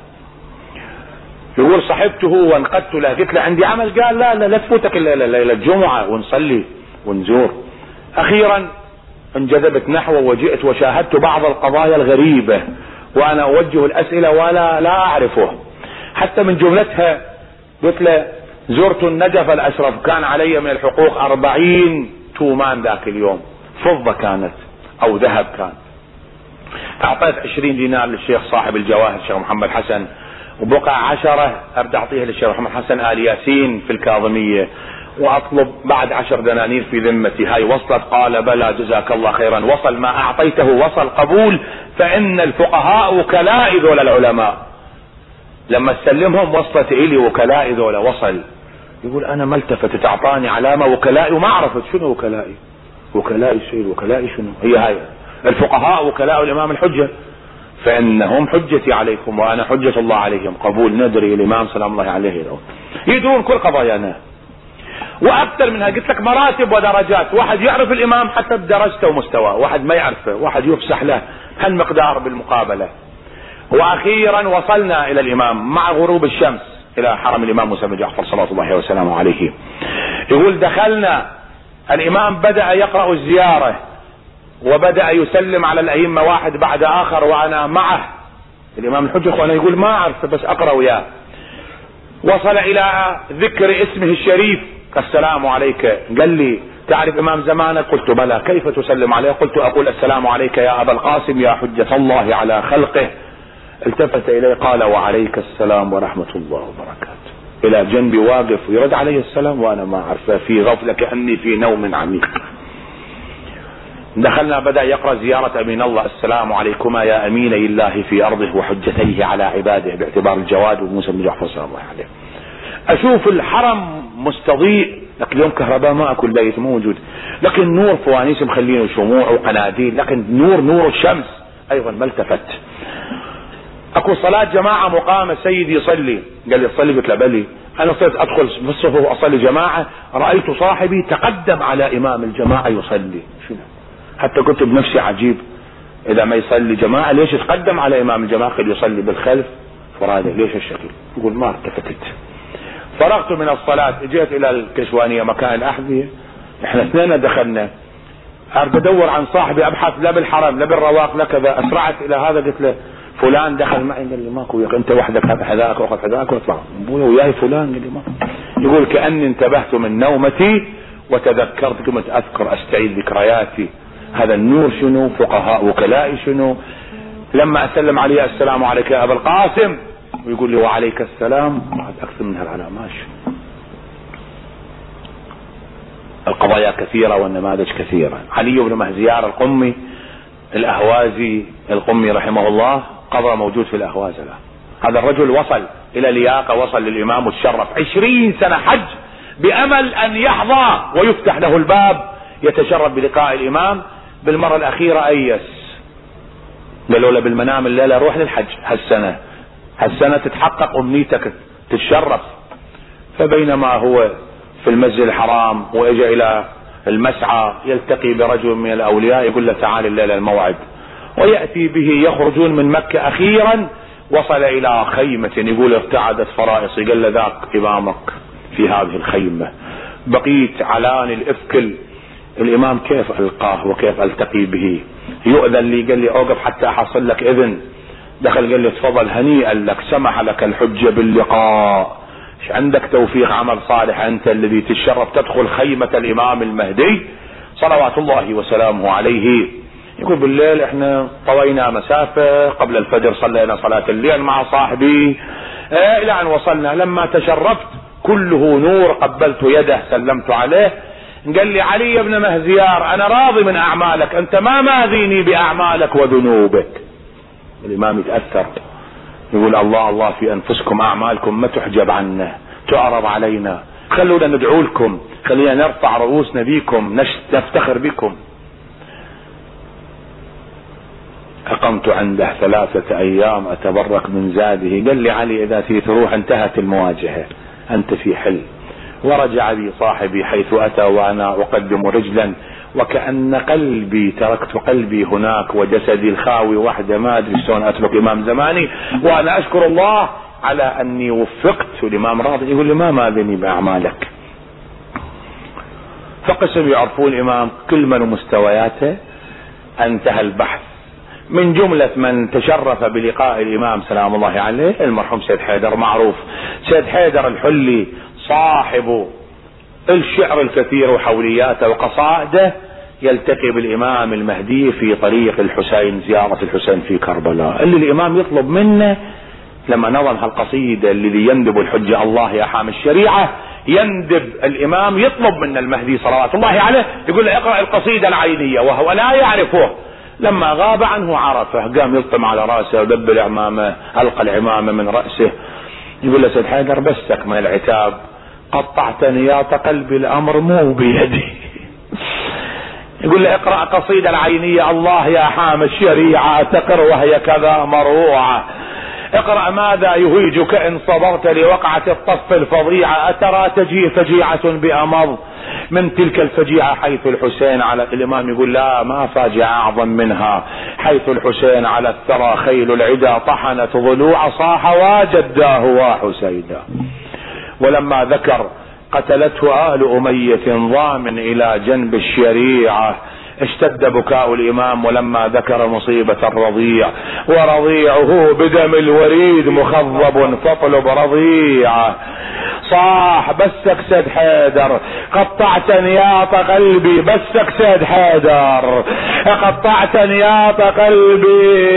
يقول صحبته وانقدت له، قلت له عندي عمل. قال لا لا لا تفوتك الليلة، ليلة جمعة ونصلي ونزور. اخيرا انجذبت نحوه وجئت وشاهدت بعض القضايا الغريبة وانا اوجه الاسئلة ولا لا اعرفه. حتى من جملتها قلت له زرت النجف الاشرف، كان علي من الحقوق اربعين تومان ذاك اليوم، فضة كانت او ذهب كان. اعطيت عشرين دينار للشيخ صاحب الجواهر الشيخ محمد حسن، وبقى عشرة ارد اعطيها للشيخ محمد حسن آل ياسين في الكاظمية، واطلب بعد عشر دنانير في ذمتي. هاي وصلت؟ قال بلى جزاك الله خيرا، وصل ما اعطيته وصل قبول، فان الفقهاء وكلاء ذول العلماء، لما تسلمهم وصلت الي وكلاء ذول وصل. يقول انا ما التفتت، اعطاني علامة وكلائي وما عرفت شنو وكلائي. وكلائي سيد وكلائي شنو؟ هي هاي الفقهاء وكلاء الامام الحجة، فانهم حجتي عليكم وانا حجة الله عليهم. قبول ندري الامام سلام الله عليه يدرون كل قضايانا واكثر منها. قلت لك مراتب ودرجات، واحد يعرف الامام حتى بدرجته ومستواه، واحد ما يعرفه، واحد يفسح له هالمقدار بالمقابلة. واخيرا وصلنا الى الامام مع غروب الشمس الى حرم الامام موسى بن جعفر صلوات الله وسلامه عليه. يقول دخلنا، الامام بدأ يقرأ الزيارة وبدأ يسلم على الائمة واحد بعد اخر وانا معه. الامام الحجة وانا يقول ما اعرف بس اقرأ وياه. وصل الى ذكر اسمه الشريف، السلام عليك. قال لي تعرف امام زمانك؟ قلت بلى. كيف تسلم عليه؟ قلت اقول السلام عليك يا ابا القاسم يا حجة الله على خلقه. التفت اليه قال وعليك السلام ورحمة الله وبركاته. الى جنبي واقف ويرد علي السلام وانا ما اعرفه، في غفلة كأني في نوم عميق. دخلنا بدأ يقرأ زيارة امين الله، السلام عليكما يا اميني الله في ارضه وحجتيه على عباده باعتبار الجواد وموسى بن جعفر صلى الله عليه. اشوف الحرم مستضيء، لكن اليوم كهرباء ما اكل بيت مو موجود، لكن نور فوانيس مخلينه شموع وقناديل، لكن نور نور الشمس ايضا. ما التفت. اكو صلاة جماعة مقامة سيدي يصلي. قال لي تصلي؟ قلت له بلي. انا صرت ادخل في الصف واصلي جماعة، رأيت صاحبي تقدم على امام الجماعة يصلي. شنو؟ حتى كنت بنفسي عجيب، اذا ما يصلي جماعة ليش يتقدم على امام الجماعة خلي يصلي بالخلف فرادة؟ ليش الشكل؟ يقول ما التفتت. فرغت من الصلاة اجيت الى الكشوانية مكان الاحذية، احنا اثنين دخلنا، ارد ادور عن صاحبي ابحث لا بالحرم لا بالرواق لا كذا. اسرعت الى هذا قلت له فلان دخل معي. قال لي ماكو، انت وحدك هذا حذاك واخذ حذاك واطلع. ابويا وياي فلان. قال لي ما. يقول كأني انتبهت من نومتي وتذكرت، كنت اذكر استعيد ذكرياتي. هذا النور شنو؟ فقهاء وكلائي شنو؟ لما اسلم عليه السلام عليك يا ابا القاسم ويقول لي وعليك السلام، بعد اكثر من هالعلامات. القضايا كثيرة والنماذج كثيرة. علي بن مهزيار القمي الاهوازي القمي رحمه الله قضى موجود في الاهواز. لا هذا الرجل وصل الى لياقة، وصل للامام وتشرف عشرين سنة حج بامل ان يحظى ويفتح له الباب يتشرف بلقاء الامام. بالمرة الاخيرة ايس، قالوا له بالمنام الليلة روح للحج هالسنة، هالسنة تتحقق امنيتك تتشرف. فبينما هو في المسجد الحرام واجى الى المسعى يلتقي برجل من الاولياء يقول له تعال الليلة الموعد، ويأتي به يخرجون من مكة. اخيرا وصل الى خيمة يقول ارتعدت فرائصي. قال له ذاك امامك في هذه الخيمة. بقيت علاني الافكل الامام كيف القاه وكيف التقي به؟ يؤذن لي؟ قال لي اوقف حتى احصل لك اذن. دخل قال لي تفضل هنيئا لك، سمح لك الحجة باللقاء، عندك توفيق عمل صالح انت الذي تشرف تدخل خيمة الامام المهدي صلوات الله وسلامه عليه. يقول بالليل احنا طوينا مسافة، قبل الفجر صلينا صلاة الليل مع صاحبي اه الى ان وصلنا. لما تشرفت كله نور، قبلت يده سلمت عليه. قال لي علي بن مهزيار انا راضي من اعمالك، انت ما ماذيني باعمالك وذنوبك. الامام يتأثر يقول الله الله في انفسكم، اعمالكم ما تحجب عنا تعرض علينا، خلونا ندعو لكم، خلينا نرفع رؤوسنا بكم نفتخر بكم. اقمت عنده ثلاثة ايام اتبرك من زاده. قال لي علي اذا تي تروح انتهت المواجهة، أنت في حل. ورجع بي صاحبي حيث أتى وأنا أقدم رجلا، وكأن قلبي تركت قلبي هناك وجسدي الخاوي وحده، ما أدري شلون أترك إمام زماني وأنا أشكر الله على أني وفقت. الإمام راضي يقول لي ما ماذني بأعمالك. فقسم يعرفون الإمام كل من مستوياته. انتهى البحث. من جملة من تشرف بلقاء الإمام سلام الله عليه المرحوم سيد حيدر، معروف سيد حيدر الحلي صاحب الشعر الكثير وحولياته وقصائده، يلتقي بالإمام المهدي في طريق الحسين، زيارة الحسين في كربلاء، اللي الإمام يطلب منه لما نظم هالقصيدة الذي يندب الحجة الله يا حامي الشريعة، يندب الإمام يطلب من المهدي صلوات الله عليه، يقول له اقرأ القصيدة العينية وهو لا يعرفه. لما غاب عنه عرفه، قام يلطم على رأسه ودب العمامة، ألقى العمامة من رأسه. يقول له سيد حيدر بس تكمل العتاب، قطعت نياط قلبي الأمر مو بيدي. يقول له اقرأ قصيدة العينية الله يا حامي الشريعة، تقر وهي كذا مروعة. اقرأ ماذا يهيجك إن صبرت لوقعة الطف الفظيعة، أترى تجي فجيعة بأمض من تلك الفجيعة حيث الحسين على. الإمام يقول لا، ما فاجعة أعظم منها، حيث الحسين على الثرى خيل العدا طحنت ضلوع صاح وجداه وحسيدا. ولما ذكر قتلته آل أمية ضامن إلى جنب الشريعة، اشتد بكاء الإمام. ولما ذكر مصيبة الرضيع ورضيعه بدم الوريد مخضب فاطلب رضيعه، صاح بسك سيد حيدر، قطعت نياط قلبي، بسك سيد حيدر، قطعت نياط قلبي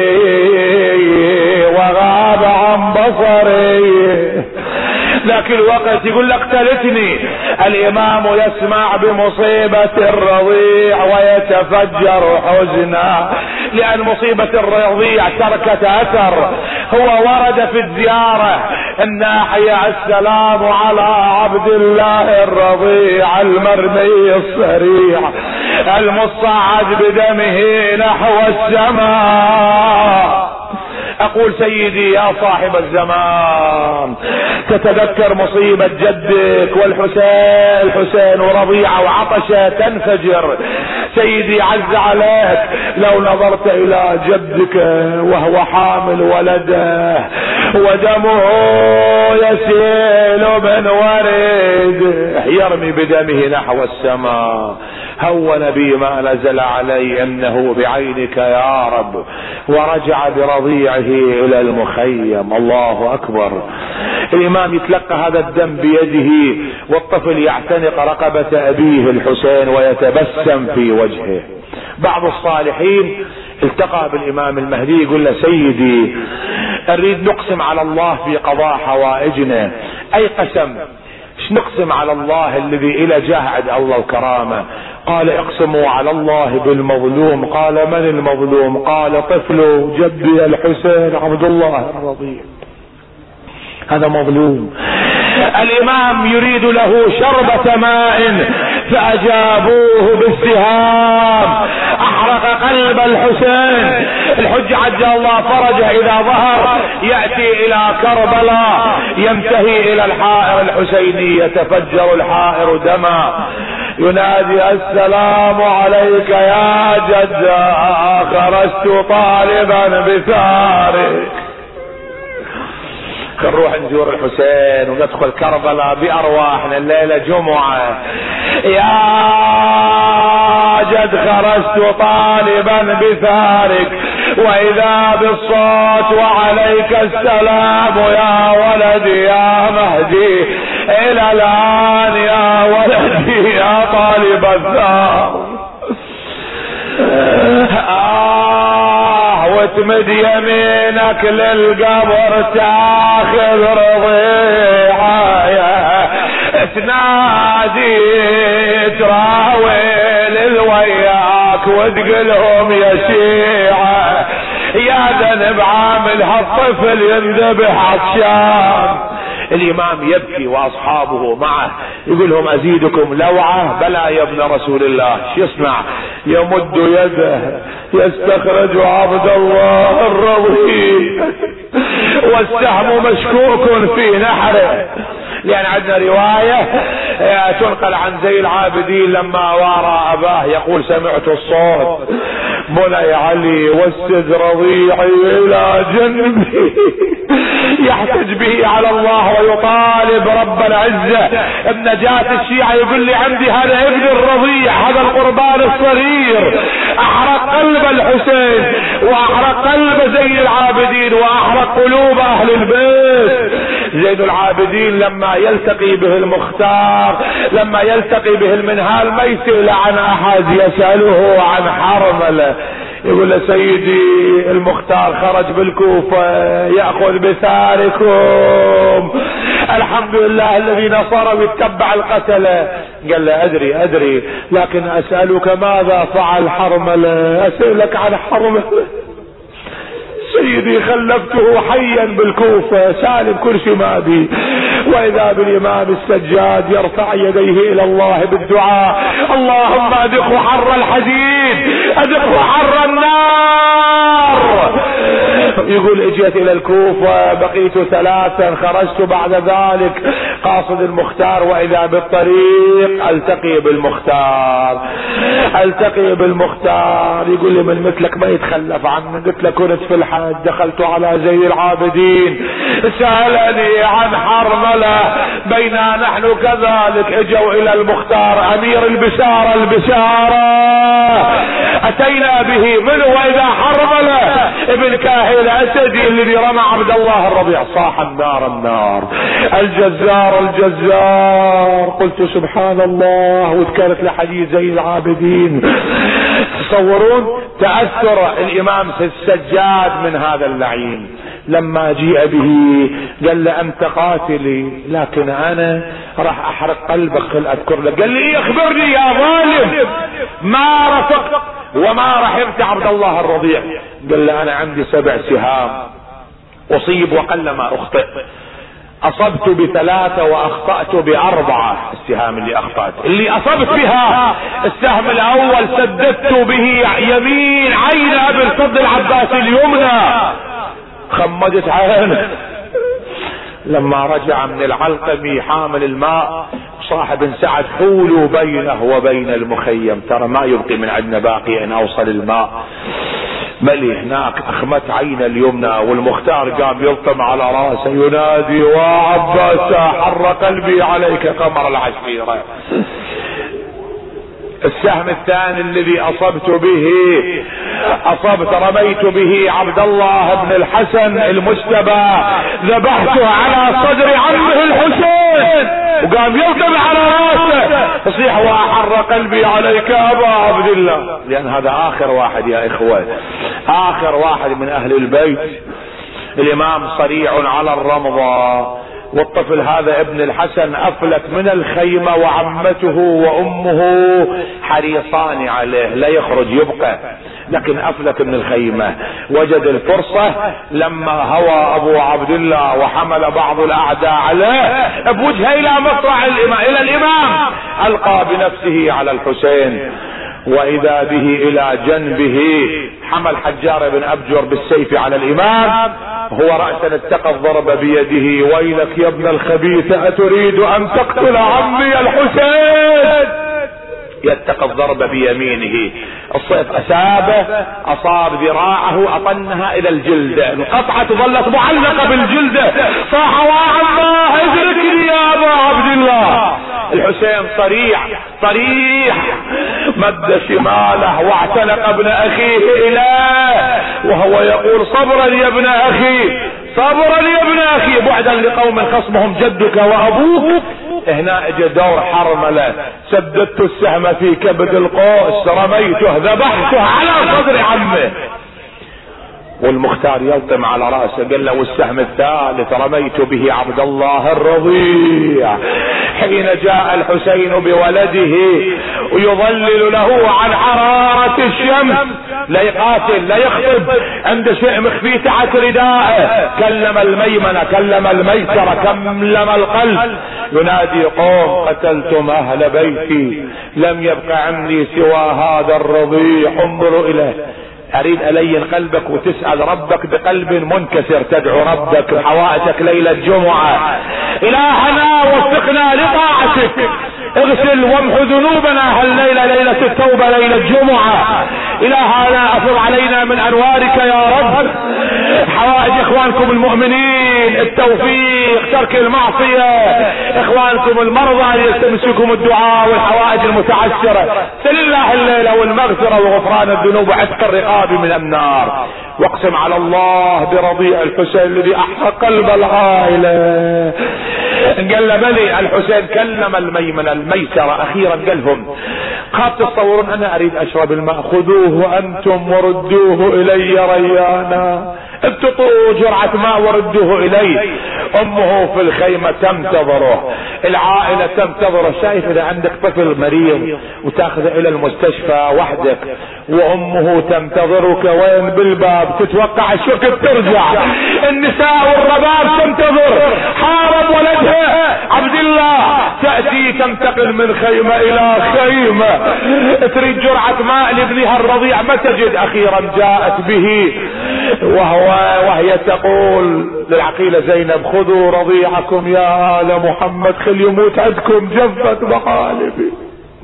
وغاب عن بصري. ذاك الوقت يقول لك قتلتني. الإمام يسمع بمصيبة الرضيع ويتفجر حزنا، لأن مصيبة الرضيع تركت أثر. هو ورد في الزيارة الناحية السلام على عبد الله الرضيع المرمي الصريع المصعد بدمه نحو السماء. أقول سيدي يا صاحب الزمان، تتذكر مصيبة جدك والحسين الحسين ورضيعة وعطشة تنفجر. سيدي عز عليك لو نظرت إلى جدك وهو حامل ولده ودمه يسيل من وريده يرمي بدمه نحو السماء، هون بي ما نزل علي انه بعينك يا رب، ورجع برضيعه الى المخيم. الله اكبر. الامام يتلقى هذا الدم بيده والطفل يعتنق رقبة ابيه الحسين ويتبسم في وجهه. بعض الصالحين التقى بالامام المهدي يقول له سيدي نريد نقسم على الله في قضاء حوائجنا. اي قسم؟ نقسم على الله الذي الى جاه عند الله وكرامه. قال اقسموا على الله بالمظلوم. قال من المظلوم؟ قال طفله جدي الحسين عبد الله الرضيع، هذا مظلوم. الامام يريد له شربة ماء فاجابوه بالسهام، احرق قلب الحسين. الحج عجل الله فرجه اذا ظهر يأتي الى كربلاء ينتهي الى الحائر الحسيني يتفجر الحائر دما، ينادي السلام عليك يا جد، خرجت طالبا بثارك. نروح نزور الحسين وندخل كربلاء بأرواحنا الليلة جمعة. يا جد خرجت طالبا بثارك وإذا بالصوت وعليك السلام يا ولدي يا مهدي، إلى الآن يا ولدي يا طالب الثار. آه وتمد يمينك للقبر تاخذ رضيعة، تنادي تراويل الوياك وتقلهم يا شيعة، يا ذنب عامل هالطفل ينذبح عطشان. الامام يبكي واصحابه معه، يقول لهم ازيدكم لوعة؟ بلى يا ابن رسول الله. شو يصنع؟ يمد يده يستخرج عبد الله الرضيع والسهم مشكوك في نحره، لان عندنا رواية تنقل عن زي العابدين لما وارى اباه يقول سمعت الصوت بني علي والسد رضيعي الى جنبي يحتج به على الله ويطالب رب العزة. ابن جات الشيعة يقول لي عندي هذا ابن الرضيع، هذا القربان الصغير احرق قلب الحسين واحرق قلب زين العابدين واحرق قلوب اهل البيت. زين العابدين لما يلتقي به المختار، لما يلتقي به المنهال، ما يسأل عن احد، يسأله عن حرملة. يقول له سيدي المختار خرج بالكوفة يأخذ بثاركم، الحمد لله الذي نصر ويتبع القتلة. قال له ادري ادري لكن اسألك ماذا فعل حرملة؟ اسألك عن حرملة سيدي خلفته حيا بالكوفة سالم كل شيء ما بي. واذا بالامام السجاد يرفع يديه الى الله بالدعاء اللهم ادخه حر الحديد ادخه حر النار. يقول اجيت الى الكوفة بقيت ثلاثا خرجت بعد ذلك قاصد المختار واذا بالطريق التقي بالمختار التقي بالمختار. يقول لي من مثلك ما يتخلف عني. قلت له كنت في الحج دخلت على زين العابدين سألني عن حرملة بينا نحن كذلك اجوا الى المختار امير البشارة البشارة اتينا به من واذا حرملة ابن كاهل اسدي الذي رمى عبد الله الربيع صاح النار النار الجزار الجزار. قلت سبحان الله وذكرت لحديث زين العابدين. تصورون تأثر الامام السجاد من هذا اللعين لما جيء به قال له انت قاتلي لكن انا راح احرق قلبك. خل اذكر لك. قال لي اخبرني يا ظالم ما رفقت وما رحمت عبد الله الرضيع. قال له انا عندي سبع سهام اصيب وقل ما اخطئ، اصبت بثلاثة واخطأت باربعة. السهام اللي اخطأت اللي اصبت بها السهم الاول سددت به يمين عين ابي الفضل العباسي اليمنى خمدت عينه. لما رجع من العلقم حامل الماء صاحب سعد حولوا بينه وبين المخيم ترى ما يبقي من عندنا باقي ان اوصل الماء. ملي هناك اخمت عين اليمنى والمختار قام يلطم على راسه ينادي وعباس حر قلبي عليك قمر العشيرة. السهم الثاني الذي اصبت به اصبت رميت به عبد الله بن الحسن المجتبى ذبحته على صدر عمه الحسين وقام يلطم على راسه يصيح واحر قلبي عليك ابا عبد الله. لان هذا اخر واحد يا اخوة اخر واحد من اهل البيت. الامام صريع على الرمضة والطفل هذا ابن الحسن افلت من الخيمة وعمته وامه حريصان عليه لا يخرج يبقى، لكن افلت من الخيمة. وجد الفرصة لما هوى ابو عبد الله وحمل بعض الاعداء عليه بوجهه الى مصرع الامام الى الامام القى بنفسه على الحسين واذا به الى جنبه حمل حجار بن ابجر بالسيف على الامام هو رأسا اتقى الضرب بيده ويلك يا ابن الخبيث اتريد ان تقتل عمي الحسين. يتقى الضرب بيمينه الصيف اسابه اصاب ذراعه اطنها الى الجلدة انقطعت ظلت معلقة بالجلدة صاح وعما ادركني يا ابا عبد الله. الحسين صريح صريح مد شماله واعتنق ابن اخيه اليه وهو يقول صبرا يا ابن اخي صبرا يا ابن اخي بعدا لقوم خصمهم جدك وابوك. هنا اجى دور حرملة سددت السهم في كبد القوس رميته ذبحته على صدر عمه والمختار يلطم على راسه. قال له والسهم الثالث رميت به عبد الله الرضيع. حين جاء الحسين بولده ويظلل له عن حرارة الشمس لا يقاتل لا يخطب عند شيء مخفي تحت ردائه كلم الميمنة كلم الميسرة كلم القلب ينادي قوم قتلتم اهل بيتي لم يبق عندي سوى هذا الرضيع انظروا اليه. اريد الين قلبك وتسأل ربك بقلب منكسر، تدعو ربك بحوائجك ليلة جمعة. الهنا وفقنا لطاعتك، اغسل وامحو ذنوبنا هالليلة ليلة التوبة ليلة جمعة. الهنا افض علينا من انوارك يا رب حوائج اخوانكم المؤمنين، التوفيق، ترك المعصية، اخوانكم المرضى يلتمسكم الدعاء والحوائج المتعسرة. سل الله الليلة والمغفرة وغفران الذنوب وعتق الرقاب من النار. واقسم على الله برضيع الحسين الذي احرق قلب العائلة. قال بلي الحسين كلم الميمن الميسرة اخيرا، قال لهم قد تصورون انا اريد اشرب الماء، خذوه انتم وردوه الي ريانا. ابتطوا جرعة ماء وردوه اليه. امه في الخيمة تنتظره، العائلة تنتظره. شايف اذا عندك طفل مريض وتاخذه الى المستشفى وحدك وامه تنتظرك وين بالباب، تتوقع الشوكة ترجع. النساء والرباب تنتظر. حارب ولدها عبد الله تأتي تنتقل من خيمة الى خيمة، تريد جرعة ماء لابنها الرضيع ما تجد. اخيرا جاءت به وهو وهي تقول للعقيلة زينب خذوا رضيعكم يا آل محمد، خل يموت عندكم جفت مقالبي،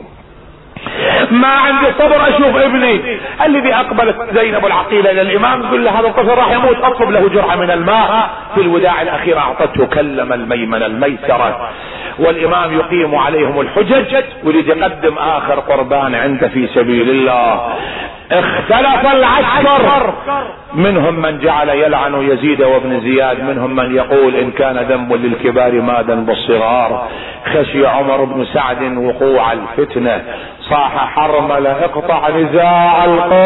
ما عندي صبر اشوف ابني. الذي اقبلت زينب العقيلة الى الامام يقول له هذا الطفل راح يموت، اطلب له جرعة من الماء. في الوداع الاخير اعطته. كلم الميمن الميسرة والامام يقيم عليهم الحجج ويريد يقدم اخر قربان عنده في سبيل الله. اختلف العسكر، منهم من جعل يلعن يزيد وابن زياد، منهم من يقول ان كان ذنب للكبار ما ذنب الصغار. خشي عمر بن سعد وقوع الفتنة، صاح حرمل اقطع نزاع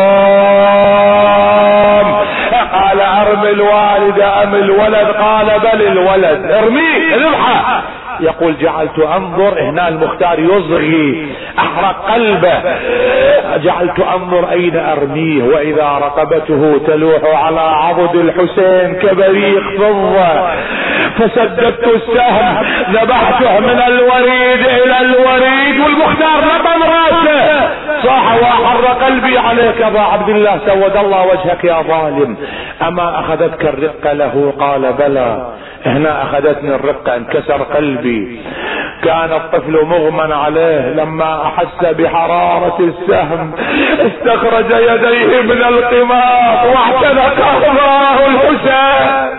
القوم. قال ارمي الوالد ام الولد؟ قال بل الولد، ارميه ذبحه. يقول جعلت انظر، هنا المختار يصغي احرق قلبه، جعلت انظر اين ارميه واذا رقبته تلوح على عضد الحسين كبريق فضة، فسددت السهم ذبحته من الوريد الى الوريد والمختار لطم راسه. صاح واحر قلبي عليك ابا عبد الله سود الله وجهك يا ظالم، اما اخذتك الرقة له؟ قال بلى. هنا اخذتني الرقة انكسر قلبي. كان الطفل مغمى عليه، لما احس بحرارة السهم استخرج يديه من القماط واعتنق الله الحسين.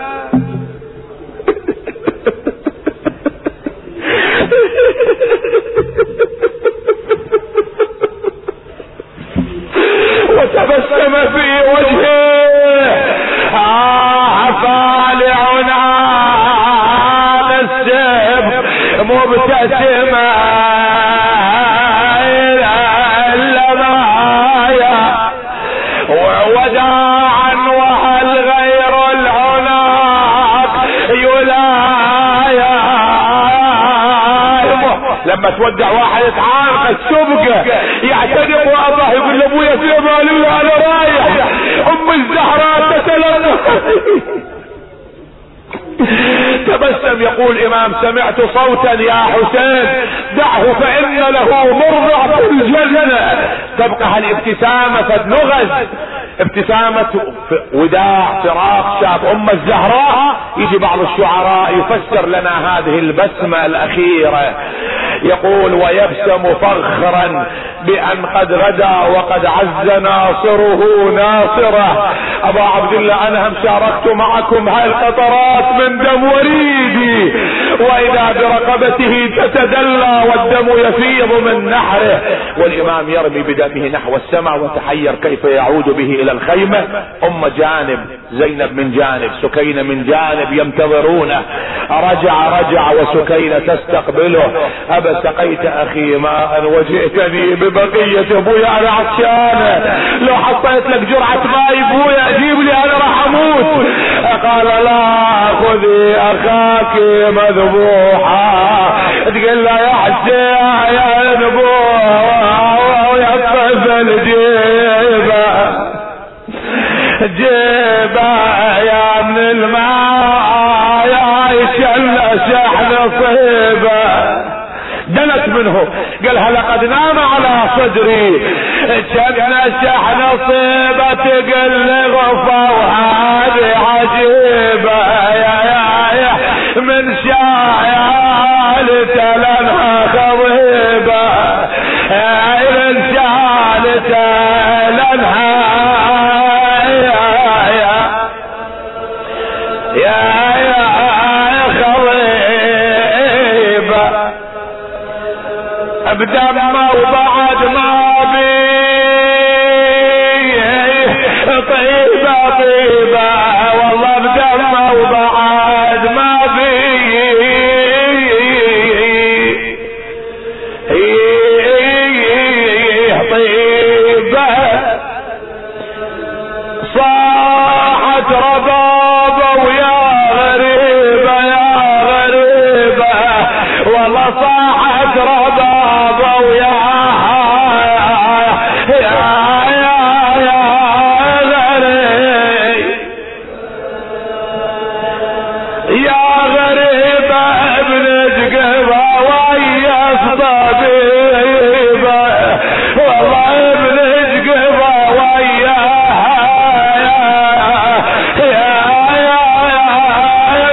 وتبسم في وجهه آه فالعنا السيف مبتسما إلى اللمايا ووداعا وهل غير العناق يلايا. لما تودع واحد يتعانق السبقة يعتنق واباه يقول لابويا في امان الله انا رايح. ام الزهراء تتلمح تبسم. يقول الامام سمعت صوتا يا حسين دعه فان له مرضع في الجنة. تبقى هالابتسامة فدنغز، ابتسامة وداع فراق شاف ام الزهراء. يجي بعض الشعراء يفسر لنا هذه البسمة الاخيرة، يقول ويبسم فخرا بان قد غدا وقد عز ناصره ناصره. ابا عبد الله انا هم شاركت معكم هاي القطرات من دم وريدي، واذا برقبته تتدلى والدم يفيض من نحره. والامام يرمي بدمه نحو السماء وتحير كيف يعود به الى الخيمة. ام جانب زينب من جانب، سكينة من جانب ينتظرونه. رجع رجع وسكينة تستقبله. ابا سقيت اخي ماء وجئتني ببقية ابويا انا عطشانة، لو حطيت لك جرعة ماء ابويا اجيب لي انا راح اموت. قال لا خذي اخاك مذبوحا، تقول له يا حسين يا نبوح ويقفل جيبه جيبه يا من الماء يا يشل شحن صيبه. دنت من منه. قالها لقد نام على صدري كم نسح نصيبة تقل غفا وهذه عجيبة يا يا يا من شايلته لنها خضيبة من شايلته لنها يا يا يا يا خضيبة بدمه وبعد ما بيه طيبة طيبة والله بدمه وبعد ما بيه طيبة صاحت ربابة ويا غريبة يا غريبة والله صاحت ربابة ويا يا يا يا غريب يا غريبة ابن جقبة ويا طبيبة والله ابن جقبة ويا يا يا يا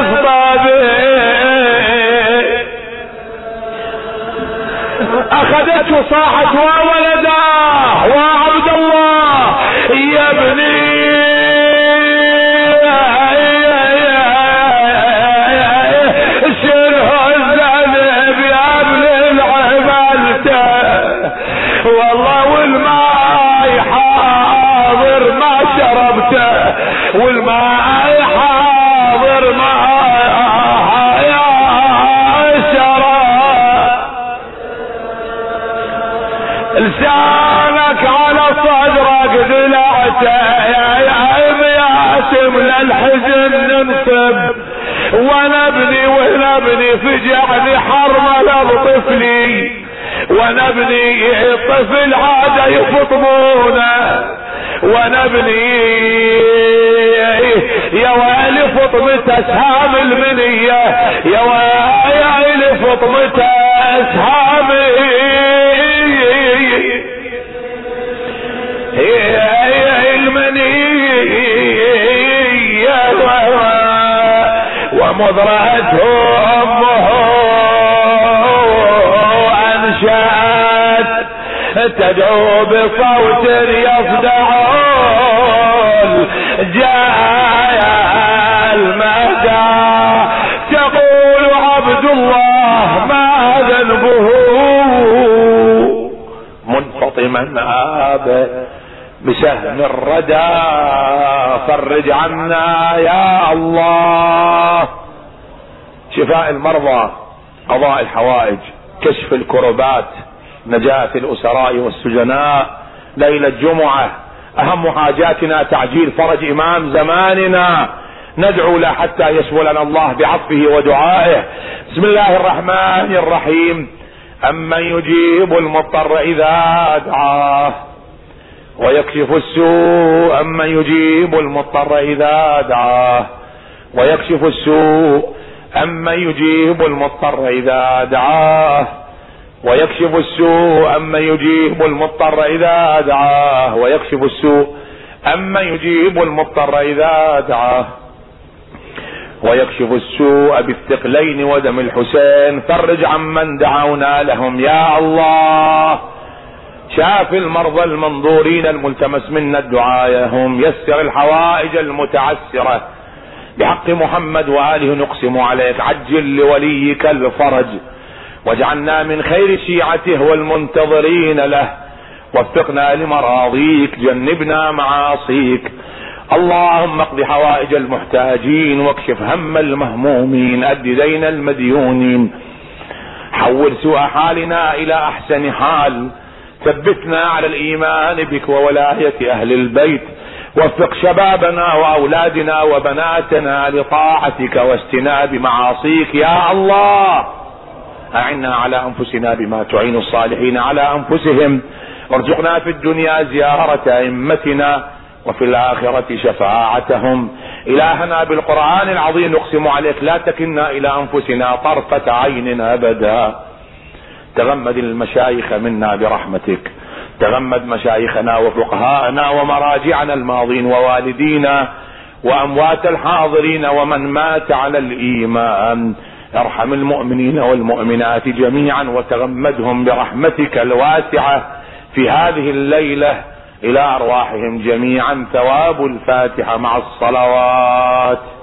طبيب اخذته صاحت وولداه وعبد الله يا ابني شنو الذنب يا ابن العملته والله والماء حاضر ما شربته والماء حاضر ما يا شرب لسانك على صدرك دلعته يا ياسم للحزن ننصب ونبني ونبني فجعني حرمله بطفلي ونبني طفل عاد يفطمونه ونبني يا ويلي فطمته اسهام المنيه يا ويلي فطمته اسهام المنيه ومضرته امه انشأت تدعو بصوت يصدعون جاء المدى تقول عبد الله ما ذنبه منفطما آبه بسهم الردى فرج عنا يا الله. شفاء المرضى، قضاء الحوائج، كشف الكربات، نجاة الأسراء والسجناء، ليلة الجمعة أهم حاجاتنا تعجيل فرج إمام زماننا، ندعو له حتى يشملنا الله بعطفه ودعائه. بسم الله الرحمن الرحيم. أمن يجيب المضطر إذا دعاه ويكشف السوء أمن يجيب المضطر إذا دعاه ويكشف السوء أمن يجيب المضطر إذا دعاه ويكشف السوء أمن يجيب المضطر إذا دعاه ويكشف السوء أمن يجيب المضطر إذا دعاه ويكشف السوء بالثقلين ودم الحسين فرج عمن دعونا لهم يا الله. شاف المرضى المنظورين الملتمس منا الدعاءهم، يسر الحوائج المتعسرة بحق محمد وآله نقسم عليك، عجل لوليك الفرج واجعلنا من خير شيعته والمنتظرين له، وفقنا لمراضيك جنبنا معاصيك. اللهم اقض حوائج المحتاجين واكشف هم المهمومين، أد دين المديونين، حول سوء حالنا إلى أحسن حال، ثبتنا على الإيمان بك وولاية أهل البيت، وفق شبابنا وأولادنا وبناتنا لطاعتك واجتناب معاصيك يا الله. أعنا على أنفسنا بما تعين الصالحين على أنفسهم، وارزقنا في الدنيا زيارة أئمتنا وفي الآخرة شفاعتهم. إلهنا بالقرآن العظيم نقسم عليك لا تكلنا إلى أنفسنا طرفة عين أبدا، تغمد المشايخ منا برحمتك، تغمد مشايخنا وفقهاءنا ومراجعنا الماضين ووالدينا وأموات الحاضرين ومن مات على الإيمان. ارحم المؤمنين والمؤمنات جميعا وتغمدهم برحمتك الواسعة في هذه الليلة. إلى أرواحهم جميعا ثواب الفاتحة مع الصلوات.